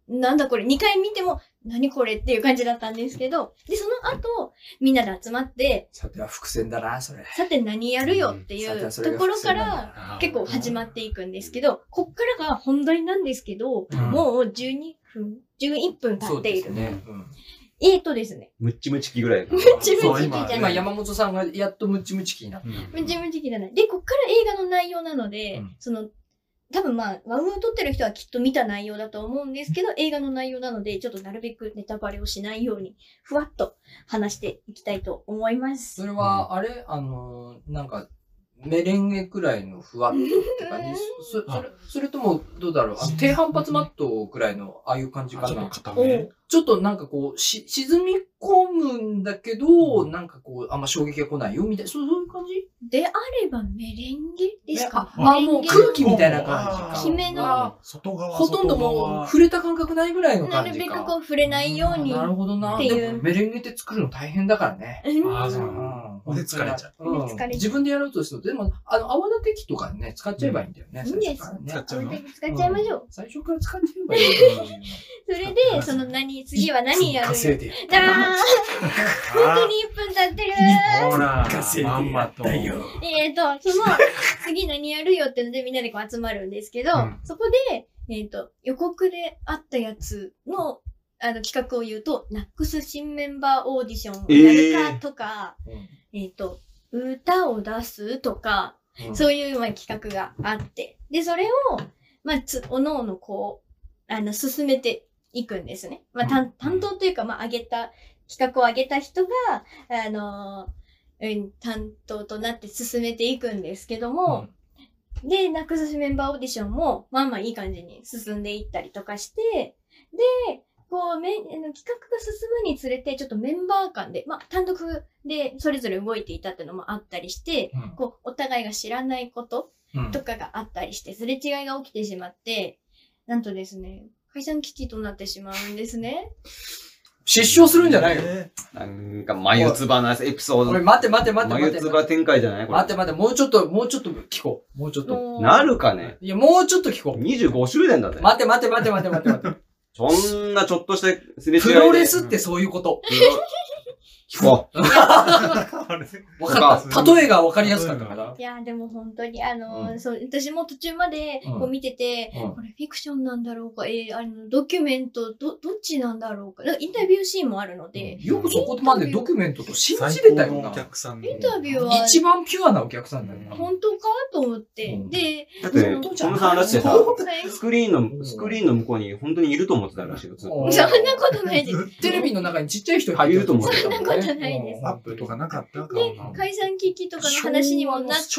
Speaker 1: なんだこれ、にかい見ても、何これっていう感じだったんですけど、で、その後、みんなで集まって、
Speaker 2: さては伏線だな、それ。
Speaker 1: さて何やるよっていうところから結構始まっていくんですけど、こっからが本題なんですけど、うん、もうじゅうにふん、じゅういっぷん経っている。ねうん、えーとですね。
Speaker 3: ムッチムチキぐらい。
Speaker 1: ムッチムチキじゃない。
Speaker 2: 今山本さんがやっとムッチムチキになった。ム
Speaker 1: ッチムチキじゃない。で、こっから映画の内容なので、うん、その、多分まあ、ワウワウ撮ってる人はきっと見た内容だと思うんですけど、映画の内容なので、ちょっとなるべくネタバレをしないように、ふわっと話していきたいと思います。
Speaker 2: それは、あれあの、なんか、メレンゲくらいのふわっとって感じそそれそれとも、どうだろうあの低反発マットくらいの、ああいう感じかな。ちょっと固め。ちょっとなんかこう、し、沈み込むんだけど、なんかこう、あんま衝撃が来ないよ、みたいな、そういう感じ
Speaker 1: であればメレンゲですか
Speaker 2: あ、あもう空気みたいな感じ
Speaker 1: か。きめの。
Speaker 4: 外側
Speaker 2: ほとんどもう、触れた感覚ないぐらいの感じか。
Speaker 1: なるべくこう、触れないように。
Speaker 2: なるほどな。でもメレンゲって作るの大変だからね。
Speaker 4: ああ、そう。で疲れちゃう。
Speaker 2: 自分でやろうとすると、でも、あの、泡立て器とかね、使っちゃえばいいんだよね。
Speaker 1: いいんです。
Speaker 4: 使っちゃうの
Speaker 1: 使っちゃいましょう。
Speaker 2: 最初から使っちゃえばいい。
Speaker 1: それで、その何、次は何やるよ。
Speaker 2: 稼いで。
Speaker 1: だー本当にいっぷん経ってる
Speaker 4: ほら、
Speaker 2: 稼いで。
Speaker 4: まんまと。
Speaker 1: えっと、その、次何やるよってのでみんなでこう集まるんですけど、そこで、えっと、予告であったやつの、あの、企画を言うと、ナックス新メンバーオーディションをやるかとか、えっと、歌を出すとか、そういうまあ企画があって、で、それを、まあ、つ、おのおのこう、あの、進めていくんですね。まあ、担担当というか、まあ、あげた、企画をあげた人が、あのー、うん、担当となって進めていくんですけども、うん、で、ナックスメンバーオーディションも、まあまあいい感じに進んでいったりとかして、で、こう、め、企画が進むにつれて、ちょっとメンバー間で、まあ、単独でそれぞれ動いていたっていうのもあったりして、うん、こう、お互いが知らないこととかがあったりして、すれ違いが起きてしまって、なんとですね、解散危機となってしまうんですね。
Speaker 2: 失笑するんじゃないよ。
Speaker 3: なんか、眉唾なエピソード。
Speaker 2: これ待って待って待って待って。
Speaker 3: 眉唾展開じゃないこれ。
Speaker 2: 待って待って、もうちょっと、もうちょっと聞こう。もうちょっと。
Speaker 3: なるかね
Speaker 2: いや、もうちょっと聞こう。
Speaker 3: にじゅうごしゅうねんだぜ。
Speaker 2: 待って待って待って待って待って待って。
Speaker 3: そんなちょっとしたすれ違いで。
Speaker 2: プロレスってそういうこと。
Speaker 3: 聞こう。
Speaker 2: わかった。例えがわかりやすかったから。
Speaker 1: いや、でも本当に、あの、うん、そう、私も途中までこう見てて、うん、これフィクションなんだろうか、えー、あの、ドキュメント、ど、どっちなんだろうか。インタビューシーンもあるので。
Speaker 2: うん、よくそこまでドキュメントと信じれたよな。
Speaker 1: インタビューは。
Speaker 2: 一番ピュアなお客さんだよな。
Speaker 1: 本当かと思って。うん、で、
Speaker 3: だって、このさんだってさ、スクリーンの、スクリーンの向こうに本当にいると思ってたらしいよ、ずっと。
Speaker 1: そんなことないです。
Speaker 2: テレビの中にちっちゃい人入ってると思ってた。
Speaker 1: そんなことないです。
Speaker 4: アップとかなかったか
Speaker 1: で、解散危機とかの話にもなって、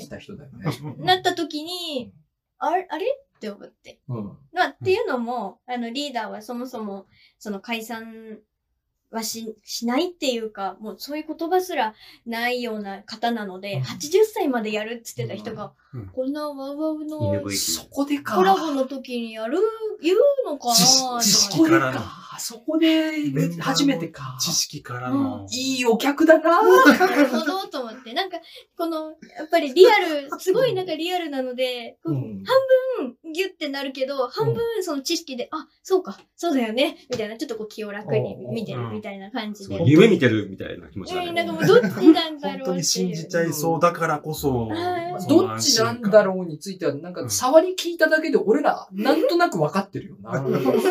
Speaker 1: なった時に、あれ、あれって思って。うん、まあ、っていうのも、あの、リーダーはそもそも、その解散はし、しないっていうか、もうそういう言葉すらないような方なので、うん、はちじゅっさいまでやるって言ってた人が、うん、こんなワウワウの、
Speaker 2: そこでか。
Speaker 1: コラボの時にやる、言うのかな
Speaker 4: 知識からの。
Speaker 2: そこで、初めてか。
Speaker 4: 知識からの。
Speaker 2: いいお客だな
Speaker 1: ぁ。なるほど、と思って。なんか、この、やっぱりリアル、すごいなんかリアルなので、うん、半分ギュってなるけど、半分その知識で、うん、あ、そうか、そうだよね、みたいな、ちょっとこう気を楽に見てるみたいな感じで。
Speaker 3: 夢見てるみたいな気持ちだね。
Speaker 1: えー、なんかもうどっちなんだろうって。
Speaker 4: 本当に信じちゃいそうだからこそ。
Speaker 2: どっちなんだろうについては、なんか触り聞いただけで俺ら、なんとなく分かってるよな。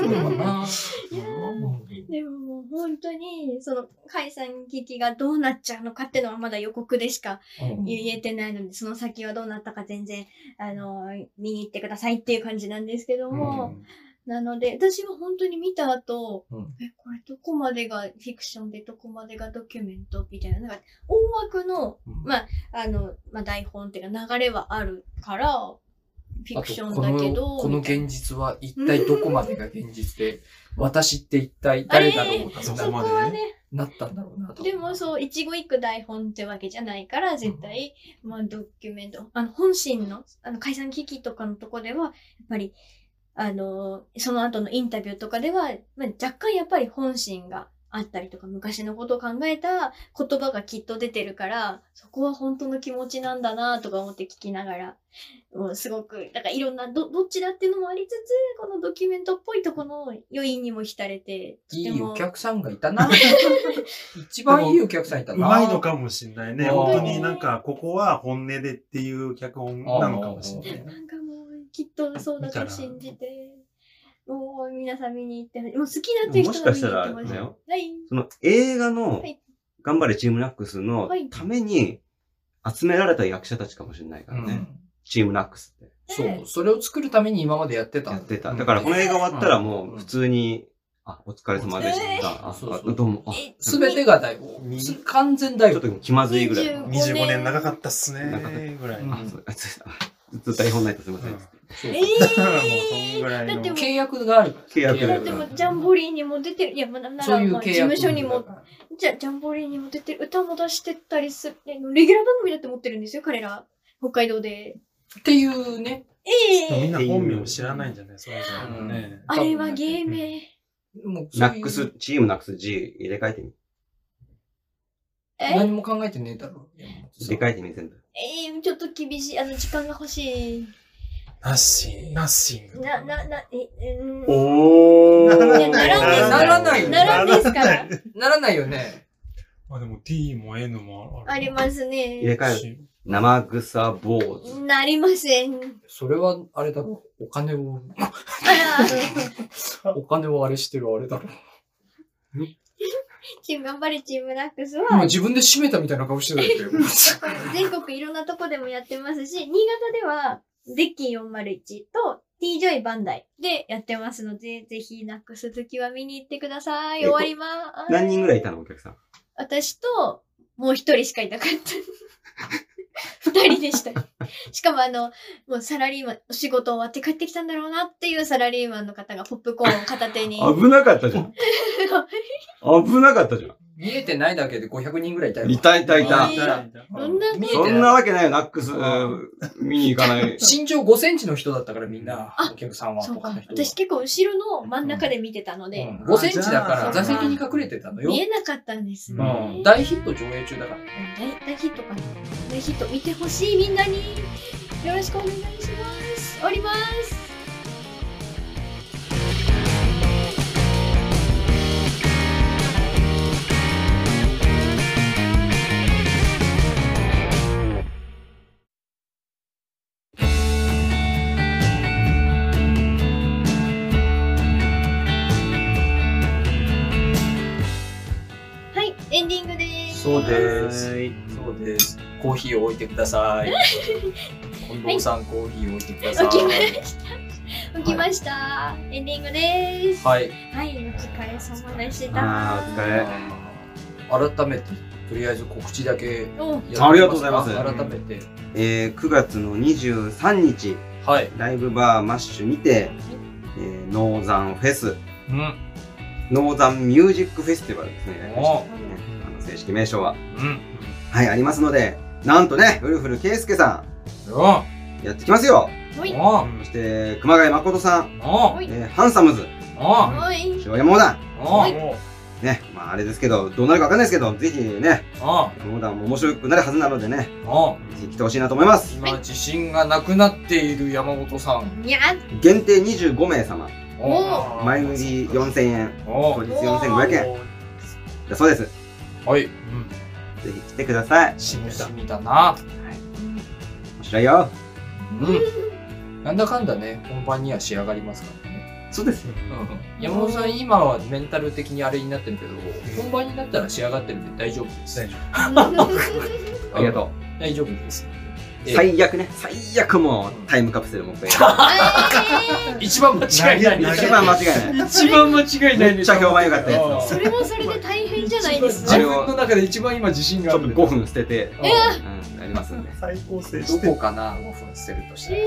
Speaker 1: でももう本当に、その解散危機がどうなっちゃうのかっていうのはまだ予告でしか言えてないので、うん、その先はどうなったか全然、あの、見に行ってくださいっていう感じなんですけども、うん、なので、私は本当に見た後、うん、え、これどこまでがフィクションでどこまでがドキュメントみたいな、なんか大枠の、まあ、あの、まあ台本っていうか流れはあるから、フィクションだけど。
Speaker 2: この現実は一体どこまでが現実で、私って一体誰だろうか、
Speaker 1: そこはね。
Speaker 2: なったんだろうなと。
Speaker 1: でもそう、一語一句台本ってわけじゃないから、絶対、うん、まあドキュメント。あの、本心の、あの、解散危機とかのとこでは、やっぱり、あの、その後のインタビューとかでは、まあ、若干やっぱり本心があったりとか、昔のことを考えた言葉がきっと出てるから、そこは本当の気持ちなんだなとか思って聞きながら、もうすごく、だからいろんなど、どっちだっていうのもありつつ、このドキュメントっぽいとこの余韻にも浸れて、
Speaker 2: いいお客さんがいたな。一番いいお客さんいたな。
Speaker 4: うまいのかもしれないね。
Speaker 2: あー
Speaker 4: 本当になんか、ここは本音でっていう脚本なのかもしれない。
Speaker 1: なんかもう、きっとそうだと信じて、もう皆さん見に行って、もう好きだっていう人が見に行ってほしい。
Speaker 3: もしかしたらだよ
Speaker 1: はい。
Speaker 3: その映画の
Speaker 1: はい
Speaker 3: 頑張れチームナックスのために集められた役者たちかもしれないからね。
Speaker 2: うん
Speaker 3: チームナックスって
Speaker 2: そう。それを作るために今までやってた。
Speaker 3: やってた。だからこの映画終わったらもう普通に、あ、お疲れ様でした。あ、
Speaker 2: そうそう
Speaker 3: あどうも。あ
Speaker 1: え
Speaker 2: すべてがだい
Speaker 4: み
Speaker 2: 完全だよ。
Speaker 3: ちょっと気まずいぐらい。
Speaker 1: に
Speaker 4: にじゅうごねん長かったっすね
Speaker 3: 長かった。
Speaker 4: ぐらい。
Speaker 2: うん
Speaker 3: あ、そうあずっと台本ないとすいません。
Speaker 4: うん
Speaker 2: そう
Speaker 1: え
Speaker 4: もうそんぐらいの
Speaker 1: だってもう
Speaker 2: 契約があるから。
Speaker 3: 契約
Speaker 1: だってもうジャンボリーにも出てる。いや、まあなんな
Speaker 2: そういう
Speaker 1: らまあ事
Speaker 2: 契約
Speaker 1: 務所にも、じゃジャンボリーにも出てる。歌も出してったりする。レギュラー番組だって持ってるんですよ、彼ら。北海道で。
Speaker 2: っていうね。
Speaker 1: ええ
Speaker 4: みんな本名知らないんじゃないそれぞれのね。
Speaker 1: あれは芸名。
Speaker 2: もうそういう
Speaker 3: ナックス、チームナックス G 入れ替えてみ。
Speaker 1: え
Speaker 2: 何も考えてねえだろ。
Speaker 3: 入れ替えてみ、全部。
Speaker 1: えー、ちょっと厳しい。あの、時間が欲しい。
Speaker 4: ナッシング。ナッシング。
Speaker 1: な、な、な、え、えー、
Speaker 3: お
Speaker 1: いやならんです
Speaker 2: ならないよ
Speaker 1: ならんですから。
Speaker 2: ならないよね。
Speaker 4: まあでも T も N もある。
Speaker 1: あります
Speaker 3: 入れ
Speaker 1: ね。
Speaker 3: 替える。生草坊主。
Speaker 1: なりません。
Speaker 2: それは、あれだろ。お金を、
Speaker 1: あら、
Speaker 2: お金をあれしてるあれだろ。
Speaker 1: チーム頑張れチームナックス
Speaker 2: 今
Speaker 1: は、
Speaker 2: 自分で閉めたみたいな顔してたよ。
Speaker 1: 全国いろんなとこでもやってますし、新潟では、デッキーよんまるいちと T ジョイバンダイでやってますので、ぜひナックス好きは見に行ってください。
Speaker 3: え
Speaker 1: 終わりまーす。
Speaker 3: 何人ぐらいいたのお客さん。
Speaker 1: 私と、もう一人しかいなかった。二人でした。しかもあの、もうサラリーマン、お仕事終わって帰ってきたんだろうなっていうサラリーマンの方がポップコーンを片手に。
Speaker 3: 危なかったじゃん。危なかったじゃん。
Speaker 2: 見えてないだけでごひゃくにんぐらいいたよ。
Speaker 3: いたいたいた
Speaker 1: え。ーそんな
Speaker 2: 見えて
Speaker 3: そんなわけないよ、ナックス、見に行かない。
Speaker 2: 身長ごセンチの人だったからみんな、
Speaker 1: あ
Speaker 2: お客さんは。
Speaker 1: そうか
Speaker 2: 他の。人は
Speaker 1: 私結構後ろの真ん中で見てたので、
Speaker 2: うんごセンチだから
Speaker 1: あ
Speaker 2: 座席に隠れてたのよ。
Speaker 1: 見えなかったんですね。
Speaker 2: うん大ヒット上映中だから。
Speaker 1: 大大ヒットかな。大ヒット見てほしいみんなに。よろしくお願いします。おります。はい、エンディングです。
Speaker 2: そうです
Speaker 3: はい
Speaker 2: そうです。コーヒーを置いてください。近藤さん、コーヒーを置いてください。
Speaker 1: 置きました。置きました。エンディングです。
Speaker 2: はい。
Speaker 1: はい、お疲れ様でした。
Speaker 3: あーお疲れ
Speaker 2: 改めて、とりあえず告知だけやってみますか。
Speaker 3: ありがとうございます
Speaker 2: 改めて。
Speaker 3: えー、くがつのにじゅうさんにち、
Speaker 2: はい。
Speaker 3: ライブバーマッシュにて、えー、ノーザンフェス、
Speaker 2: うん。
Speaker 3: ノーザンミュージックフェスティバルですね。
Speaker 2: お
Speaker 3: あの正式名称は。
Speaker 2: うん。
Speaker 3: はい、ありますので、なんとね、ウルフルケイスケさ
Speaker 2: お
Speaker 3: ん、やってきますよ。
Speaker 1: はい。
Speaker 2: お
Speaker 3: そして、熊谷誠さん、
Speaker 2: お
Speaker 1: はい
Speaker 3: えー、ハンサムズ、
Speaker 2: お
Speaker 1: はい。
Speaker 3: 塩山モダン。
Speaker 2: お
Speaker 1: はい
Speaker 3: ね、まああれですけど、どうなるかわかんないですけど、ぜひね、
Speaker 2: お
Speaker 3: モダンも面白くなるはずなのでね、
Speaker 2: お
Speaker 3: ぜひ来てほしいなと思います。
Speaker 2: 今自信がなくなっている山本さん。
Speaker 1: にゃ
Speaker 3: 限定にじゅうごめいさま、
Speaker 1: お
Speaker 3: 前売りよんせんえん、
Speaker 2: お
Speaker 3: 当日よんせんごひゃくえん。だそうです。ぜ
Speaker 2: はい。
Speaker 3: ひ来てください。
Speaker 2: 楽しみだな。
Speaker 3: 面白いよ。
Speaker 2: うん。なんだかんだね、本番には仕上がりますからね。
Speaker 3: そうですよ。
Speaker 2: うん。山本さん、今はメンタル的にあれになってるけど、本番になったら仕上がってるんで大丈夫です。
Speaker 4: 大丈
Speaker 3: ありがと
Speaker 2: 大丈夫です。
Speaker 3: う。
Speaker 2: え
Speaker 3: 最悪ね、最悪もうタイムカプセルもっぺん。
Speaker 2: 一番間違いない。
Speaker 4: 投げ
Speaker 3: 一番間違いない。
Speaker 2: 一番間違いない。
Speaker 3: めっちゃ評判良かったやつ
Speaker 1: それもそれで大変じゃないです
Speaker 2: 自
Speaker 1: か。
Speaker 2: 分の中で一番今自信がある。
Speaker 3: ちょっとごふん捨てて、
Speaker 2: うん
Speaker 3: うん、やりますんで。
Speaker 4: 最高性
Speaker 2: ど
Speaker 4: して
Speaker 2: こかな、ごふん捨てるとしたら。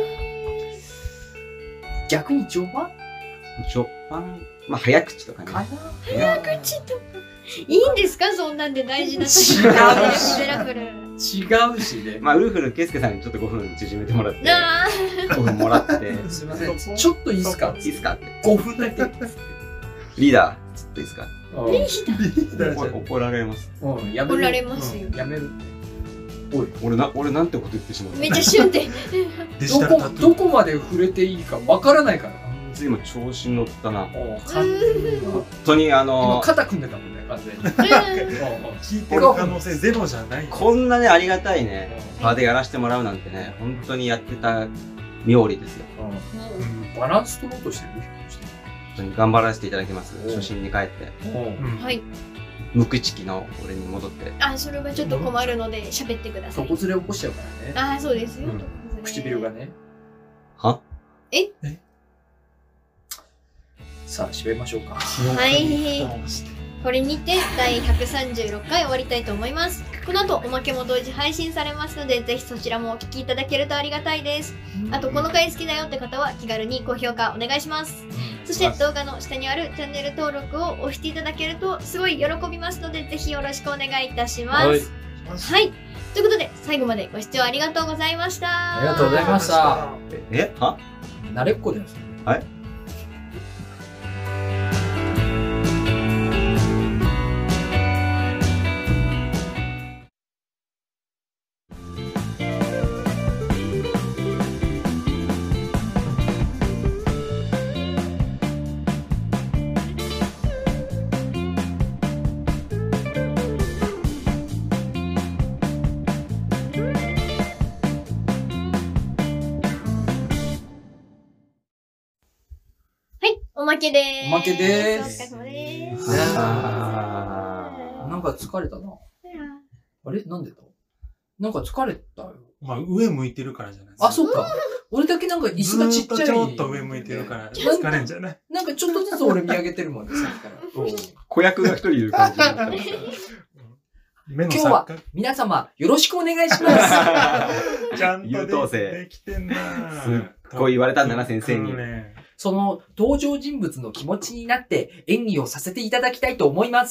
Speaker 2: 逆に序盤
Speaker 3: 序盤、まあ早口とかね。
Speaker 2: かな。
Speaker 3: 早
Speaker 1: 口とか。いいんですかそんなんで大事な時
Speaker 2: 違う
Speaker 1: ゼラフル。
Speaker 2: 違うしね。
Speaker 3: まあ、ウルフルケイスケさんにちょっとごふん縮めてもらって、
Speaker 1: なあ。
Speaker 3: ごふんもらって、
Speaker 2: すいません。ちょっといいっすか
Speaker 3: いいっすかって。
Speaker 2: ごふんだけ。
Speaker 3: リーダー、ちょっといいっすか
Speaker 1: リーダー。
Speaker 3: 怒怒られます。
Speaker 2: うん、やめ
Speaker 1: 怒られますよ。
Speaker 2: やめる。おい、
Speaker 3: 俺な、俺なんてこと言ってしまった。
Speaker 1: めっちゃ旬で。
Speaker 2: どこ、どこまで触れていいかわからないから。
Speaker 3: 今調子に乗ったな。
Speaker 2: 本
Speaker 3: 当にあの
Speaker 2: 今肩組んでたもんね、完全に。
Speaker 4: 聞いてる可能性ゼロじゃない。
Speaker 3: こんなね、ありがたいね、場でやらせてもらうなんてね、本当にやってた妙理ですよ。
Speaker 2: バランス取ろうとしてる。
Speaker 3: 本当に頑張らせていただきます。初心に帰って。
Speaker 1: はい。
Speaker 3: 無口期の俺に戻って。
Speaker 1: あ、それはちょっと困るので喋ってください。
Speaker 2: 床ずれ起こしちゃうから
Speaker 1: ね。あ、そうですよ。
Speaker 2: 唇がね。
Speaker 3: は？
Speaker 1: え？
Speaker 2: さあ、締めましょうか。
Speaker 1: はい。これにてだいひゃくさんじゅうろっかい終わりたいと思います。この後おまけも同時配信されますので、ぜひそちらもお聞きいただけるとありがたいです。あと、この回好きだよって方は気軽に高評価お願いします。そして動画の下にあるチャンネル登録を押していただけるとすごい喜びますので、ぜひよろしくお願いいたします。はい。はい、ということで、最後までご視聴ありがとうございました。
Speaker 2: ありがとうございました。
Speaker 3: え？は？
Speaker 2: 慣れっこです。
Speaker 3: はい。
Speaker 1: おまけでーす。
Speaker 2: おまけでーす。
Speaker 1: お疲れ様でーす。
Speaker 2: なんか疲れたな。あれなんでだなんか疲れたよ。
Speaker 4: まあ、上向いてるからじゃないですか。
Speaker 2: あ、そうか。俺だけなんか椅子がちっちゃい。
Speaker 4: ちょっと上向いてるから疲れんじゃない？
Speaker 2: なんかちょっとずつ俺見上げてるもんね、さっきから。
Speaker 3: 子役が一人いる感じだった。
Speaker 2: 今日は皆様よろしくお願いします。
Speaker 3: ちゃんと
Speaker 4: できてんな。
Speaker 3: すっごい言われたんだな、先生に。
Speaker 2: その登場人物の気持ちになって演技をさせていただきたいと思います。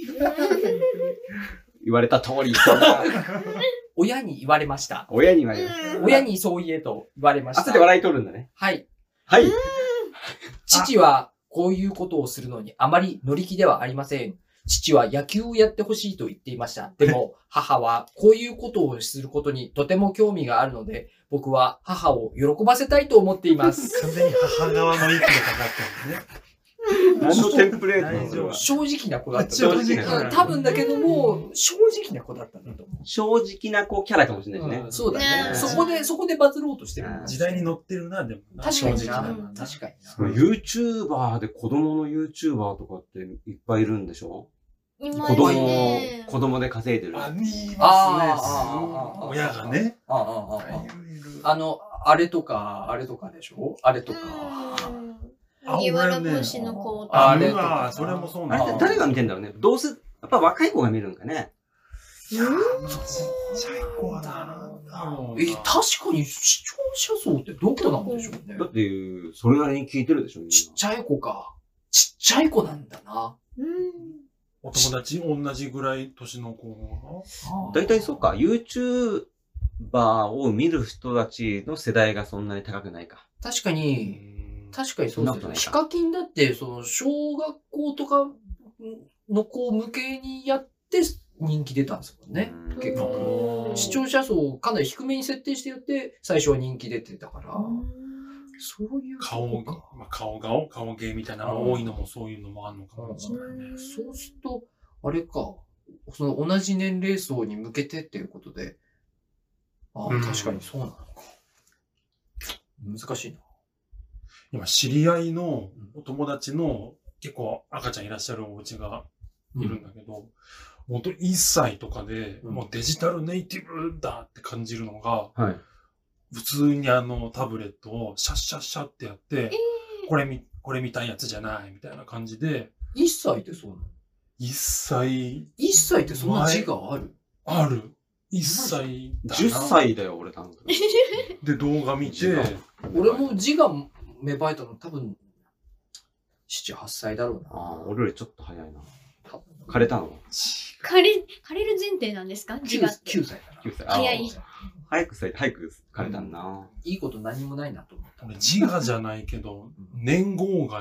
Speaker 3: 言われた通り。
Speaker 2: 親に言われました。
Speaker 3: 親に言われました。
Speaker 2: 親にそう言えと言われました。
Speaker 3: 後で笑い取るんだね。
Speaker 2: はい。
Speaker 3: はい。
Speaker 2: 父はこういうことをするのにあまり乗り気ではありません。父は野球をやってほしいと言っていました。でも、母はこういうことをすることにとても興味があるので、僕は母を喜ばせたいと思っています。
Speaker 4: 完全に母側の息がかかってるんですね。
Speaker 3: 何のテンプレート？
Speaker 2: 正直な子だった。
Speaker 3: 正直な
Speaker 2: 子。多分だけども、正直な子だったんだと思う。
Speaker 3: 正直な子キャラかもしれないですね。
Speaker 2: そうだね。そこで、そこでバズろうとしてる。
Speaker 4: 時代に乗ってるな、でも。
Speaker 2: 確かにな。確かにな。
Speaker 3: YouTuber で子供の YouTuber とかっていっぱいいるんでしょ？子供、子供で稼いでる。
Speaker 4: あ、いますね。親がね。
Speaker 2: あの、あれとか、あれとかでしょ？あれとか。
Speaker 1: 麦わら帽子の子。
Speaker 2: あれとか。
Speaker 4: それもそうなん
Speaker 3: だ。誰が見てんだろうね。どうせ、やっぱ若い子が見るんかね。
Speaker 4: ちっちゃい子はな。
Speaker 2: え、確かに視聴者層ってどこなんでしょうね。
Speaker 3: だって、それなりに聞いてるでしょ。
Speaker 2: ちっちゃい子か。ちっちゃい子なんだな。
Speaker 4: お友達同じぐらい年の子
Speaker 3: が。だいたいそうか。YouTuber を見る人たちの世代がそんなに高くないか。
Speaker 2: 確かに、確かにそうですね。ヒカキンだって、その、小学校とかの子向けにやって人気出たんですもんね。結構。視聴者層をかなり低めに設定してやって、最初は人気出てたから。そういう
Speaker 4: 顔が、まあ、顔顔、顔芸みたいなのが多いのもそういうのもあるのかもしれないね。
Speaker 2: そうすると、あれか、その同じ年齢層に向けてっていうことで、ああ、うん、確かにそうなのか。難しいな。
Speaker 4: 今、知り合いのお友達の結構赤ちゃんいらっしゃるお家がいるんだけど、うん、もういっさいとかで、もうデジタルネイティブだって感じるのが、はい、普通にあのタブレットをシャッシャッシャッってやって、えー、これみ、これみたいなやつじゃないみたいな感じで。
Speaker 2: いっさいってそうなの？
Speaker 4: いっ 歳。
Speaker 2: いっさいってそんな字がある？
Speaker 4: ある。いっさいだな。
Speaker 3: じゅっさいだよ、俺多分。
Speaker 4: で、動画見て。
Speaker 2: 俺も字が芽生えたの多分、なな、はっさいだろうな。
Speaker 3: ああ、俺よりちょっと早いな。枯れたの？
Speaker 1: 枯れ、枯れる前提なんですか？字が。
Speaker 2: きゅうさいだな。
Speaker 3: きゅうさい。
Speaker 1: 早い。
Speaker 3: 早くさい、早く枯れたんな、
Speaker 2: うん。いいこと何もないなと思った。
Speaker 4: 俺字がじゃないけど、年号がね、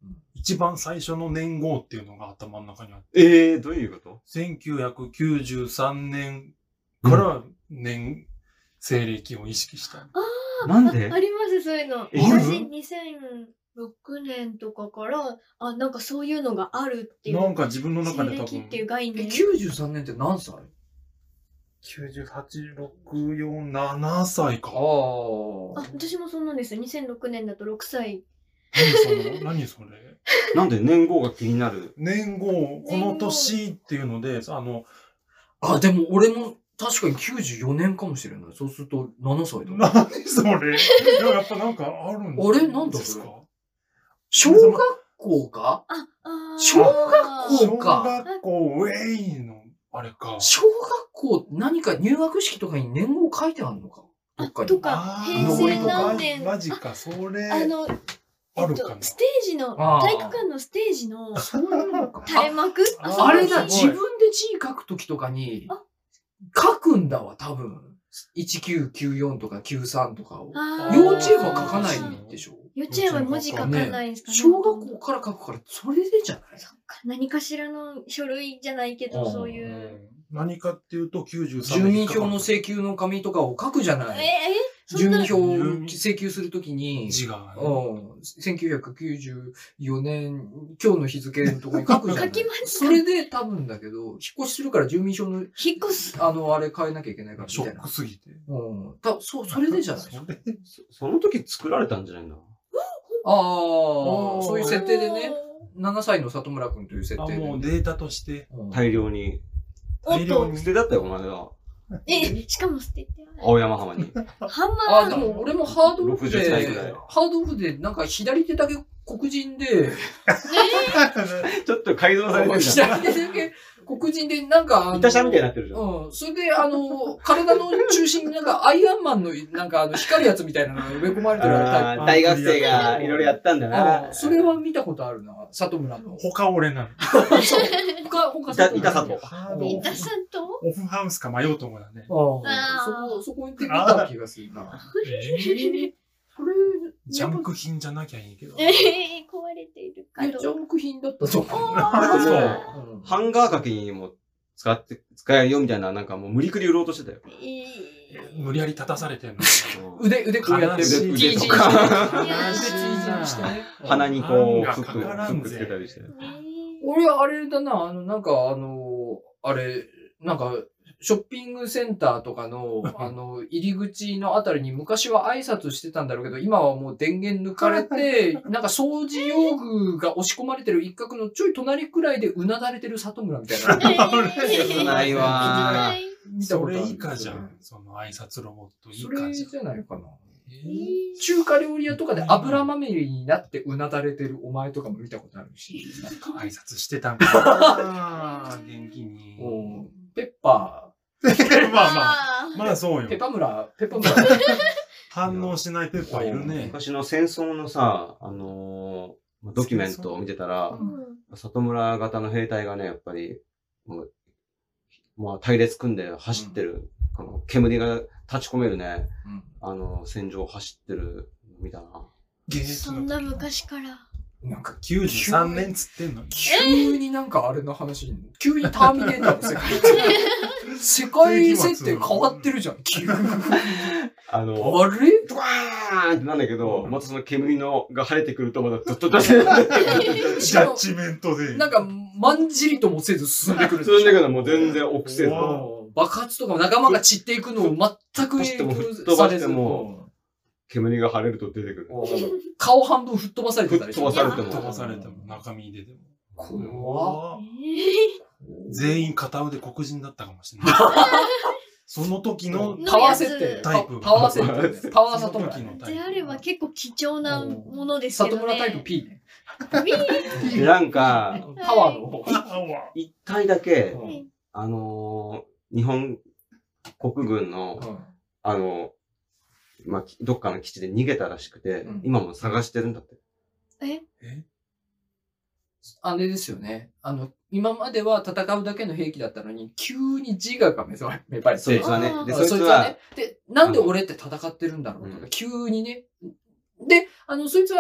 Speaker 4: 一番最初の年号っていうのが頭の中にあって。
Speaker 3: ええー、どういうこと？
Speaker 4: せんきゅうひゃくきゅうじゅうさんねんから年、西暦を意識した。
Speaker 1: ああ、
Speaker 3: なんで
Speaker 1: あります、そういうの。
Speaker 3: え
Speaker 1: 私、にせんろくねんとかから、あ、なんかそういうのがあるっていう。
Speaker 4: なんか自分の中で多分。
Speaker 1: 西暦っていう概念。
Speaker 2: きゅうじゅうさんねんって何歳？
Speaker 4: きゅうじゅうはち、ろく、よん、ななさいか。
Speaker 2: ああ。
Speaker 1: あ、私もそうなんです。にせんろくねんだとろくさい。
Speaker 4: 何その、何それ。
Speaker 3: なんで年号が気になる？
Speaker 4: 年号、この年っていうので、あの、
Speaker 2: あ、でも俺も確かにきゅうじゅうよねんかもしれない。そうするとななさいだ。
Speaker 4: 何それ。いや、やっぱなんかあるん
Speaker 2: あれなんだ
Speaker 4: ですか？
Speaker 2: 小学校か？
Speaker 1: あ、あ
Speaker 2: 小学校か。
Speaker 4: 小学校、ウェイの、あれか。
Speaker 2: 小学校、何か入学式とかに年号書いてあるのか？どっかに。
Speaker 1: とか、
Speaker 4: あー
Speaker 1: 平成何年。
Speaker 4: マジか、それ。
Speaker 1: あの、
Speaker 4: あるかな。
Speaker 1: ステージの、
Speaker 2: あー
Speaker 1: 体育館のステージの
Speaker 2: そういうのか。
Speaker 1: 垂れ幕
Speaker 4: あ
Speaker 2: ああれだ、
Speaker 4: すごい
Speaker 2: 自分で字書くときとかに
Speaker 1: あ、
Speaker 2: 書くんだわ、多分。いちきゅうきゅうよんとかきゅうさんとかを。
Speaker 1: あー
Speaker 2: 幼稚園は書かないでしょ？
Speaker 1: 幼稚園は文字書かないですかね。
Speaker 2: 小学校から書くから、それでじゃない？
Speaker 1: そっか、何かしらの書類じゃないけど、そういう。
Speaker 4: 何かっていうと、きゅうじゅうさん
Speaker 2: 住民票の請求の紙とかを書くじゃない？
Speaker 1: ええ
Speaker 2: 住民票を請求するときに、
Speaker 4: 字が、
Speaker 2: うん、せんきゅうひゃくきゅうじゅうよねん、今日の日付のところに書くじゃない？
Speaker 1: 書きますか？
Speaker 2: それで多分だけど、引っ越しするから住民票の、
Speaker 1: 引っ越す。
Speaker 2: あの、あれ変えなきゃいけないからみ
Speaker 4: ショッ
Speaker 2: たいな。
Speaker 4: クすぎて。
Speaker 2: うん。たそう、それでじゃない？
Speaker 4: それ
Speaker 3: そその時作られたんじゃないの？
Speaker 2: ああ、
Speaker 4: ー
Speaker 2: そういう設定でね、ななさいの里村くんという設
Speaker 4: あ、
Speaker 2: 定でね。
Speaker 4: もうデータとして。
Speaker 2: うん
Speaker 3: 大量に。
Speaker 1: おっと
Speaker 4: 大量に
Speaker 3: 捨てだったよ、お前は。
Speaker 1: え、しかも捨ててない。
Speaker 3: 青山浜に。
Speaker 1: ハンマー。
Speaker 2: あ、でも俺もハードオフ
Speaker 3: ろくじゅっさいぐらい
Speaker 2: で、ハードオフでなんか左手だけ黒人で、
Speaker 3: ちょっと改造されてるじゃん。
Speaker 2: 左手だけ黒人でなんかあの、
Speaker 3: 板車みたいになってるじゃん。
Speaker 2: うん。それで、あの、体の中心になんかアイアンマンのなんかあの光るやつみたいなのが埋め込まれてるタイプ
Speaker 3: あー大学生がいろいろやったんだな。
Speaker 2: あそれは見たことあるな、里村の。
Speaker 4: 他俺なの。
Speaker 2: そう。他、他
Speaker 3: 板板里。
Speaker 4: ハード
Speaker 1: イタさんと
Speaker 4: オフハウスか迷うと思うだね。
Speaker 2: ああ。そこ、そこに行って見た気がするな。
Speaker 4: えー
Speaker 2: それ、
Speaker 4: ジャンク品じゃなきゃいいけど。
Speaker 1: えー、壊れているか
Speaker 2: いや、
Speaker 1: ど
Speaker 2: ジャンク品だったと思う。
Speaker 1: あー
Speaker 3: そう
Speaker 2: うん
Speaker 3: ハンガー掛けにも使って、使えるよみたいな、なんかもう無理くり売ろうとしてたよ。
Speaker 1: え
Speaker 4: 無理やり立たされてんの。
Speaker 2: 腕、腕こうやって
Speaker 4: 悲しい
Speaker 2: 腕、T 字にして。
Speaker 3: とか
Speaker 2: 腕 T 字にしてね。
Speaker 3: 鼻にこう、
Speaker 4: ハンガー
Speaker 3: フック、フ
Speaker 4: かからんぜ
Speaker 3: ックつけたりして。
Speaker 1: ー
Speaker 2: 俺はあれだな、あの、なんかあの、あれ、なんか、ショッピングセンターとかの、あの、入り口のあたりに昔は挨拶してたんだろうけど、今はもう電源抜かれて、なんか掃除用具が押し込まれてる一角のちょい隣くらいでうなだれてる里村みたいな。
Speaker 3: 切ないわ
Speaker 2: 見た
Speaker 4: そ
Speaker 2: ことある
Speaker 4: れ以下じゃん。その挨拶ロボット以
Speaker 2: それ
Speaker 4: 下じゃん。
Speaker 2: じゃないかな。
Speaker 4: えー
Speaker 2: 中華料理屋とかで油まみれになってうなだれてるお前とかも見たことあるし。
Speaker 4: なんか挨拶してたんかな元気に。
Speaker 2: うんペッパ
Speaker 4: まあまあ、
Speaker 1: あ
Speaker 4: まあそう
Speaker 2: ー、ペ
Speaker 4: よ。
Speaker 2: パ村、ペパ村。
Speaker 4: 反応しないペッパーいるね。
Speaker 3: 昔の戦争のさ、あのードキュメントを見てたら
Speaker 1: ー、うん
Speaker 3: 里村型の兵隊がね、やっぱり、もう、まあ、隊列組んで走ってる、この煙が立ち込めるね、
Speaker 2: うん
Speaker 3: あの、戦場を走ってるの見たな。
Speaker 4: 現役の
Speaker 1: そんな昔から。
Speaker 2: なんか、
Speaker 4: きゅうじゅうさんねんつってんのに。
Speaker 2: 急になんかあれの話に、急にターミネーターの世界世界設定変わってるじゃん、急に。
Speaker 3: あの、
Speaker 2: あれ
Speaker 3: ドワーンってなんだけど、またその煙のが晴れてくるとまたドッドッドッ
Speaker 4: ジャッジメントで。
Speaker 2: なんか、まんじりともせず進んでくる
Speaker 3: それだけどもう全然臆せず。
Speaker 2: うん爆発とかも仲間が散っていくのを全く
Speaker 3: 吹っ飛ばしても
Speaker 2: 影響
Speaker 3: 吹っ飛ばして
Speaker 2: さ
Speaker 3: も煙が晴れると出てくる。
Speaker 2: うん顔半分吹っ飛ばされてたり
Speaker 3: 吹っ飛ばされても。
Speaker 4: 飛ばされても、中身ででも。
Speaker 2: 怖っ
Speaker 4: 全員片腕黒人だったかもしれない。その時の
Speaker 1: の
Speaker 2: パワー設定。
Speaker 4: タイプ
Speaker 2: パワー設定ね。パワー里村
Speaker 4: その時のタイプ
Speaker 1: であれば結構貴重なものですけどね。
Speaker 2: 里村タイプ P ね。
Speaker 3: で、なんか、
Speaker 2: パワーの方。
Speaker 3: 一回だけ、
Speaker 2: うん
Speaker 3: あのー日本国軍の、あの、まあ、きどっかの基地で逃げたらしくて、
Speaker 2: うん
Speaker 3: 今も探してるんだって。
Speaker 1: え
Speaker 4: え
Speaker 2: あれですよね。あの、今までは戦うだけの兵器だったのに、急に自我が芽生え芽生えて。
Speaker 3: そいつはね
Speaker 1: あ。ー
Speaker 3: で、
Speaker 2: あ
Speaker 3: そいつは、
Speaker 2: ね。で、なんで俺って戦ってるんだろうとか、
Speaker 3: うん
Speaker 2: 急にね。で、あの、そいつは、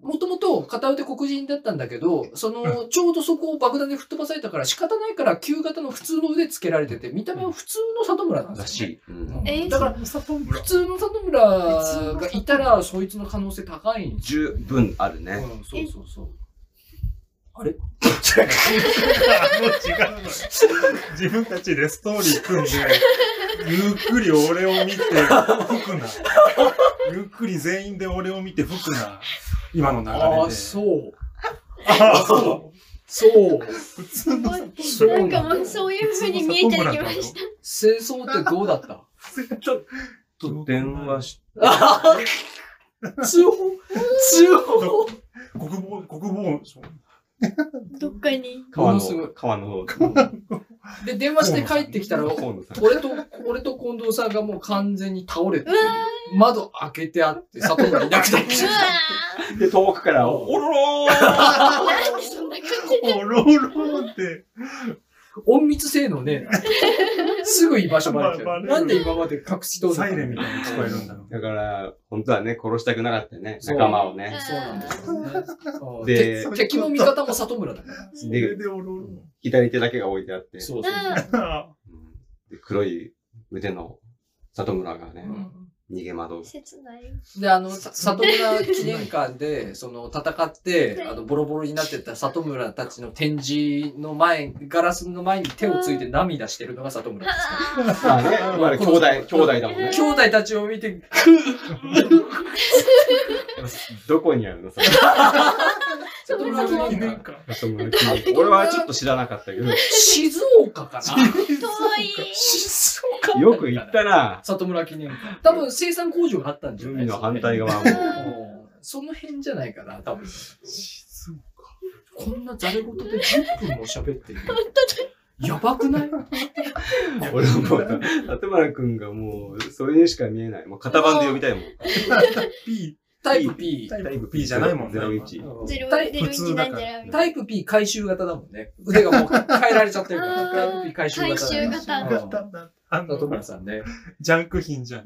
Speaker 2: もともと片腕黒人だったんだけど、その、ちょうどそこを爆弾で吹っ飛ばされたから仕方ないから旧型の普通の腕つけられてて、見た目は普通の里村なんですよ、ね。
Speaker 3: らしい。うん
Speaker 1: えー
Speaker 2: だから、普通の里村がいたら、そいつの可能性高いんですよ。
Speaker 3: 十分あるね。
Speaker 2: うん、そうそうそう。あれ
Speaker 4: もう違うのよ。自分たちでストーリー組んで、ゆっくり俺を見て吹くな。ゆっくり全員で俺を見て吹くな。今の流れで。
Speaker 2: ああ、そう。
Speaker 4: ああ、そう。
Speaker 2: そう。
Speaker 4: 普通の
Speaker 1: すごいなんかもうそういう風に見えてきました。
Speaker 2: 戦争ってどうだった
Speaker 3: ちょっと電話し、
Speaker 2: 通報通報
Speaker 4: 国防、国防省。
Speaker 1: どっかに。
Speaker 3: 川
Speaker 2: ものすごい
Speaker 3: の、川の方。
Speaker 2: で、電話して帰ってきたら、
Speaker 3: 河野さん
Speaker 2: 俺と、俺と近藤さんがもう完全に倒れてて
Speaker 1: うわ、
Speaker 2: 窓開けてあって、里村いなくて。
Speaker 1: うわ
Speaker 3: で、遠くから、おろろー
Speaker 1: ーなんでそんな感じ
Speaker 4: おろろって。
Speaker 2: 隠密性能ね。すぐ居場所バレちゃう。
Speaker 4: バレる
Speaker 2: なんで今まで隠し通
Speaker 4: サイレンみたいに聞こえるんだろう。
Speaker 3: だから、本当はね、殺したくなかったよね。
Speaker 2: そう
Speaker 3: 仲間をね。
Speaker 2: そうなんですよねそう。
Speaker 3: で
Speaker 2: て敵も味方も里村だから。
Speaker 4: それでおろろ。
Speaker 3: 左手だけが置いてあって、
Speaker 2: そうそうそう。
Speaker 3: うんで黒い腕の里村がね、
Speaker 2: うん
Speaker 3: 逃げ惑う。
Speaker 1: 切ない。
Speaker 2: で、あの、さ里村記念館で、その、戦って、あの、ボロボロになってた里村たちの展示の前、ガラスの前に手をついて涙してるのが里村です
Speaker 3: まあね、まあ兄弟、兄弟だもんね
Speaker 2: ね。。兄弟たちを見て、
Speaker 3: どこにあるのそれ。
Speaker 2: 里村記念館。
Speaker 4: か。
Speaker 3: 里村記念俺はちょっと知らなかったけど、
Speaker 2: 静岡かな
Speaker 1: 遠い。
Speaker 2: 静岡
Speaker 3: よく行ったな。
Speaker 2: 里村記念館。多分生産工場があったんじゃない
Speaker 3: 海の反対側も。
Speaker 2: もうその辺じゃないかな、多分。
Speaker 4: 静岡。
Speaker 2: こんなざれ言でじゅっぷんも喋ってる。やばくない
Speaker 3: 俺もう、里村くんがもう、それにしか見えない。もう型番で呼びたいもん。
Speaker 4: P。
Speaker 2: タイプ P。
Speaker 4: タイプ P じゃないもんね。
Speaker 3: ゼロイチ。
Speaker 1: ゼロ
Speaker 2: タイ
Speaker 1: ゼロ一なんじゃない
Speaker 2: タイプ P 回収型だもんね。腕がもう変えられちゃってるから。タイプ P 回収型。
Speaker 1: 回収型
Speaker 2: うん
Speaker 4: あ
Speaker 2: 里
Speaker 4: の、
Speaker 2: 村さんね。
Speaker 4: ジャンク品じゃん。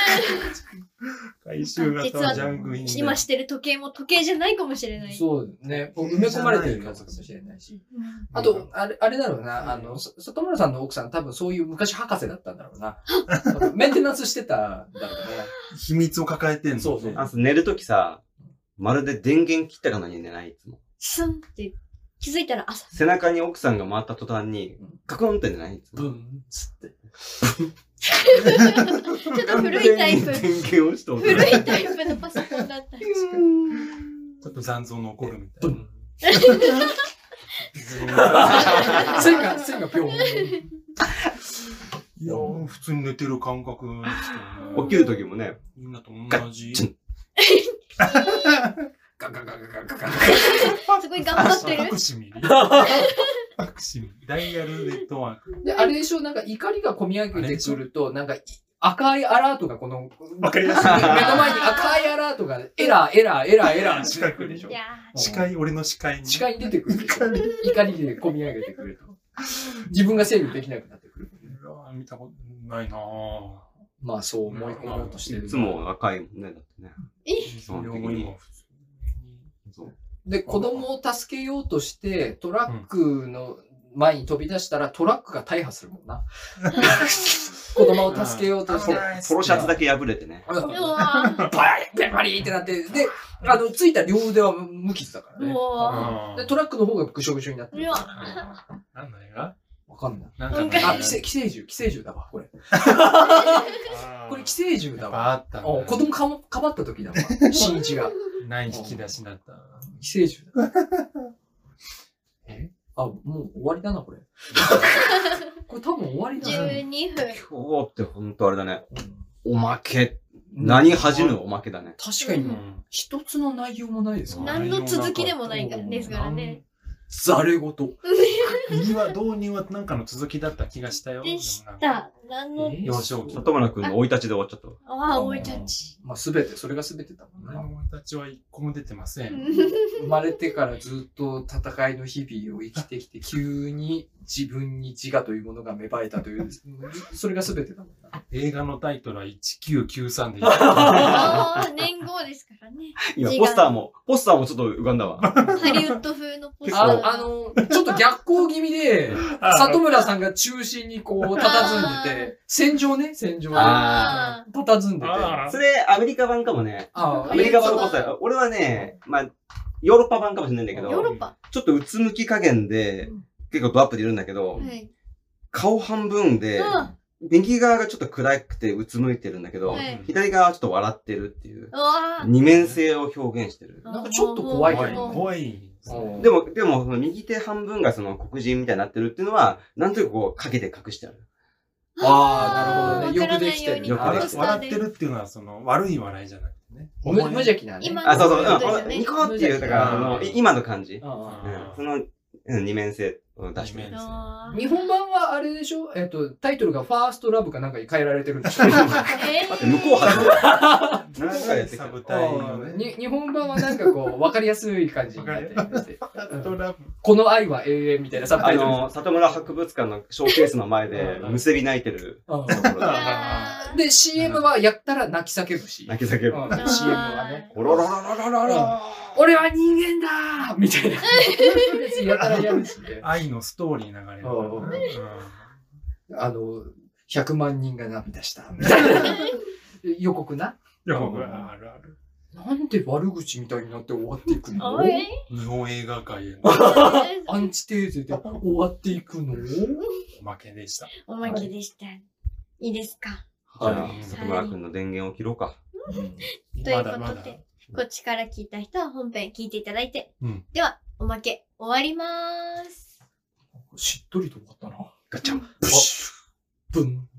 Speaker 4: 回収型はジャンク品で。
Speaker 1: 今してる時計も時計じゃないかもしれない。
Speaker 2: そうね。こう埋め込まれてるやつかもしれないし。あと、あれ、あれだろうな。あの、そ里村さんの奥さん多分そういう昔博士だったんだろうな。多分メンテナンスしてたんだろうね。
Speaker 4: 秘密を抱えてんの。
Speaker 2: そうそう
Speaker 3: あ、寝るときさ、まるで電源切ったかのように寝ない、いつも。
Speaker 1: スンって気づいたら朝。
Speaker 3: 背中に奥さんが回った途端に、カクンって寝ない、いつも。
Speaker 2: ブンつって。
Speaker 1: ちょっと古いタイプ。
Speaker 3: 電源押した音
Speaker 1: 古いタイプのパソコンだった。
Speaker 4: ちょっと残像残るみたいな。
Speaker 2: 線が、線がぴょん。
Speaker 4: いやー、普通に寝てる感覚ですよね。
Speaker 3: 起きるときもね、
Speaker 4: みんなと同じ。
Speaker 3: ガッチン
Speaker 2: ガガガガガガガ。
Speaker 1: すごい頑張ってる。
Speaker 4: 隠しミリ。隠しミリ。ダイヤルネットワーク。
Speaker 2: で、あれでしょ、なんか怒りが込み上げてくると、なんか赤いアラートがこの、
Speaker 4: わかりやすい。
Speaker 2: 目の前に赤いアラートが、エラー、エラー、エラー、エラーって出てくるでしょ
Speaker 1: い。や
Speaker 4: 視界、俺の視界に。
Speaker 2: 視界に出てくるでしょ。怒りで込み上げてくると。自分が制御できなくなってくる。
Speaker 4: うわー見たことないなぁ。
Speaker 2: まあそう思い込もうとしてる。
Speaker 3: いつも赤いもんね、だってね。基本的に
Speaker 4: 今普通
Speaker 3: そう。
Speaker 2: で、子供を助けようとして、トラックの前に飛び出したら、トラックが大破するもんな。子供を助けようとして。
Speaker 3: ポロシャツだけ破れてね。
Speaker 1: ーうわー
Speaker 2: バリッバリーってなって、で、あの、ついた両腕は無傷だから
Speaker 1: う
Speaker 2: ね。
Speaker 1: わ
Speaker 2: で、トラックの方がぐしょぐしょになってる。
Speaker 1: うわ
Speaker 4: なんだよ。
Speaker 2: わかんない。
Speaker 4: なんかね
Speaker 2: あ、寄生、寄生獣、寄生獣だわ、これ。これ寄生獣だ
Speaker 4: やっ
Speaker 2: わ。
Speaker 4: ぱあったんだ
Speaker 2: お子供かも、かばった時だわ。新一が。
Speaker 4: ない引き出しだった。
Speaker 2: 寄生獣だ。えあ、もう終わりだな、これ。これ多分終わりだ
Speaker 1: じゅ
Speaker 2: な。
Speaker 1: うにふん。
Speaker 3: 今日ってほんとあれだね。
Speaker 2: うん
Speaker 3: おまけ。何恥じぬおまけだね。
Speaker 2: 確かに、一つの内容もないですからね。
Speaker 1: 何の続きでもないからですからね。
Speaker 2: ざれごと。
Speaker 4: 入りは、導入はなんかの続きだった気がしたよ。
Speaker 1: でした。 何の、
Speaker 4: 幼少期。
Speaker 3: 里村くんの生い立ちで終わっちゃった。
Speaker 1: ああ、おいちゃんち。
Speaker 2: まあ、すべて、それがすべてだもんね。
Speaker 4: 生い立ちは一個も出てません。
Speaker 2: 生まれてからずっと戦いの日々を生きてきて、急に自分に自我というものが芽生えたという、それがすべてだもんな。
Speaker 4: 映画のタイトルはせんきゅうひゃくきゅうじゅうさんで。
Speaker 1: ああ、年号ですからね。
Speaker 3: 今、ポスターも、ポスターもちょっと浮かんだわ。
Speaker 1: ハリウッド風のポスター。
Speaker 2: ああの、ちょっと逆光気味で、里村さんが中心にこう、佇んでて、戦場ね、戦場で。
Speaker 3: あ
Speaker 2: 佇んでて。
Speaker 3: それ、アメリカ版かもね。
Speaker 2: あ
Speaker 3: アメリカ版のポスター。俺はね、まあ、ヨーロッパ版かもしれないんだけど、
Speaker 1: ヨーロッパ。
Speaker 3: ちょっとうつむき加減で、結構ドアップでいるんだけど、
Speaker 1: はい。
Speaker 3: 顔半分で、右側がちょっと暗くてうつむいてるんだけど、
Speaker 1: はい
Speaker 3: 左側はちょっと笑ってるっていう、
Speaker 1: うわー
Speaker 3: 二面性を表現してる。
Speaker 2: なんかちょっと怖いけどね。
Speaker 4: 怖いですね。
Speaker 3: でも、でも、その右手半分がその黒人みたいになってるっていうのは、なんとなくこう、影で隠してある。
Speaker 2: ああ、なるほどね。よくできてる。
Speaker 3: よくできてる
Speaker 4: 笑ってるっていうのは、その、悪い笑いじゃなくてね。
Speaker 2: 無無邪気なね。
Speaker 1: 今
Speaker 3: あ、そうそう、
Speaker 1: そうですよね
Speaker 3: うん、ニコっていう、だから、その、い今の感じ。うん
Speaker 2: あ
Speaker 3: その、うん二面性を出してる。
Speaker 1: あー
Speaker 2: ー日本版はあれでしょえっと、タイトルがファーストラブかなんかに変えられてるんでしょ
Speaker 1: え
Speaker 3: だって向こう初め何回やってきた
Speaker 4: サブタイのね。
Speaker 2: に日本版はなんかこう、わかりやすい感じになってて
Speaker 4: トラブ
Speaker 2: この愛は永遠みたいなサブタ
Speaker 3: あ
Speaker 2: イトル。
Speaker 3: の、里村博物館のショーケースの前で、むせび泣いてる
Speaker 2: うん
Speaker 3: ところで、
Speaker 1: あー
Speaker 2: で、シーエム はやったら泣き叫ぶし。
Speaker 3: 泣き叫ぶ。
Speaker 2: うん シーエム はね。
Speaker 3: おろろろろろろろ
Speaker 2: 俺は人間だーみたいな。やたらやるしね。
Speaker 4: 愛のストーリー流れるから
Speaker 2: うん
Speaker 4: ね。
Speaker 2: あの、ひゃくまんにんが涙した。みたいな。予告な。
Speaker 4: いや、僕はあるある。
Speaker 2: なんで悪口みたいになって終わっていくの
Speaker 1: おい
Speaker 4: 日本映画界への
Speaker 2: アンチテーゼで終わっていくの
Speaker 4: おまけでした。
Speaker 1: おまけでした。いいですか。
Speaker 3: じゃあ
Speaker 2: は、
Speaker 3: 里村くんの電源を切ろうか。
Speaker 1: という
Speaker 4: まだまだ。
Speaker 1: ことで、こっちから聞いた人は本編聞いていただいて、
Speaker 4: うん
Speaker 1: では、おまけ終わりまーす。
Speaker 2: しっとりと終わったな。
Speaker 3: ガチャン。
Speaker 2: ブン。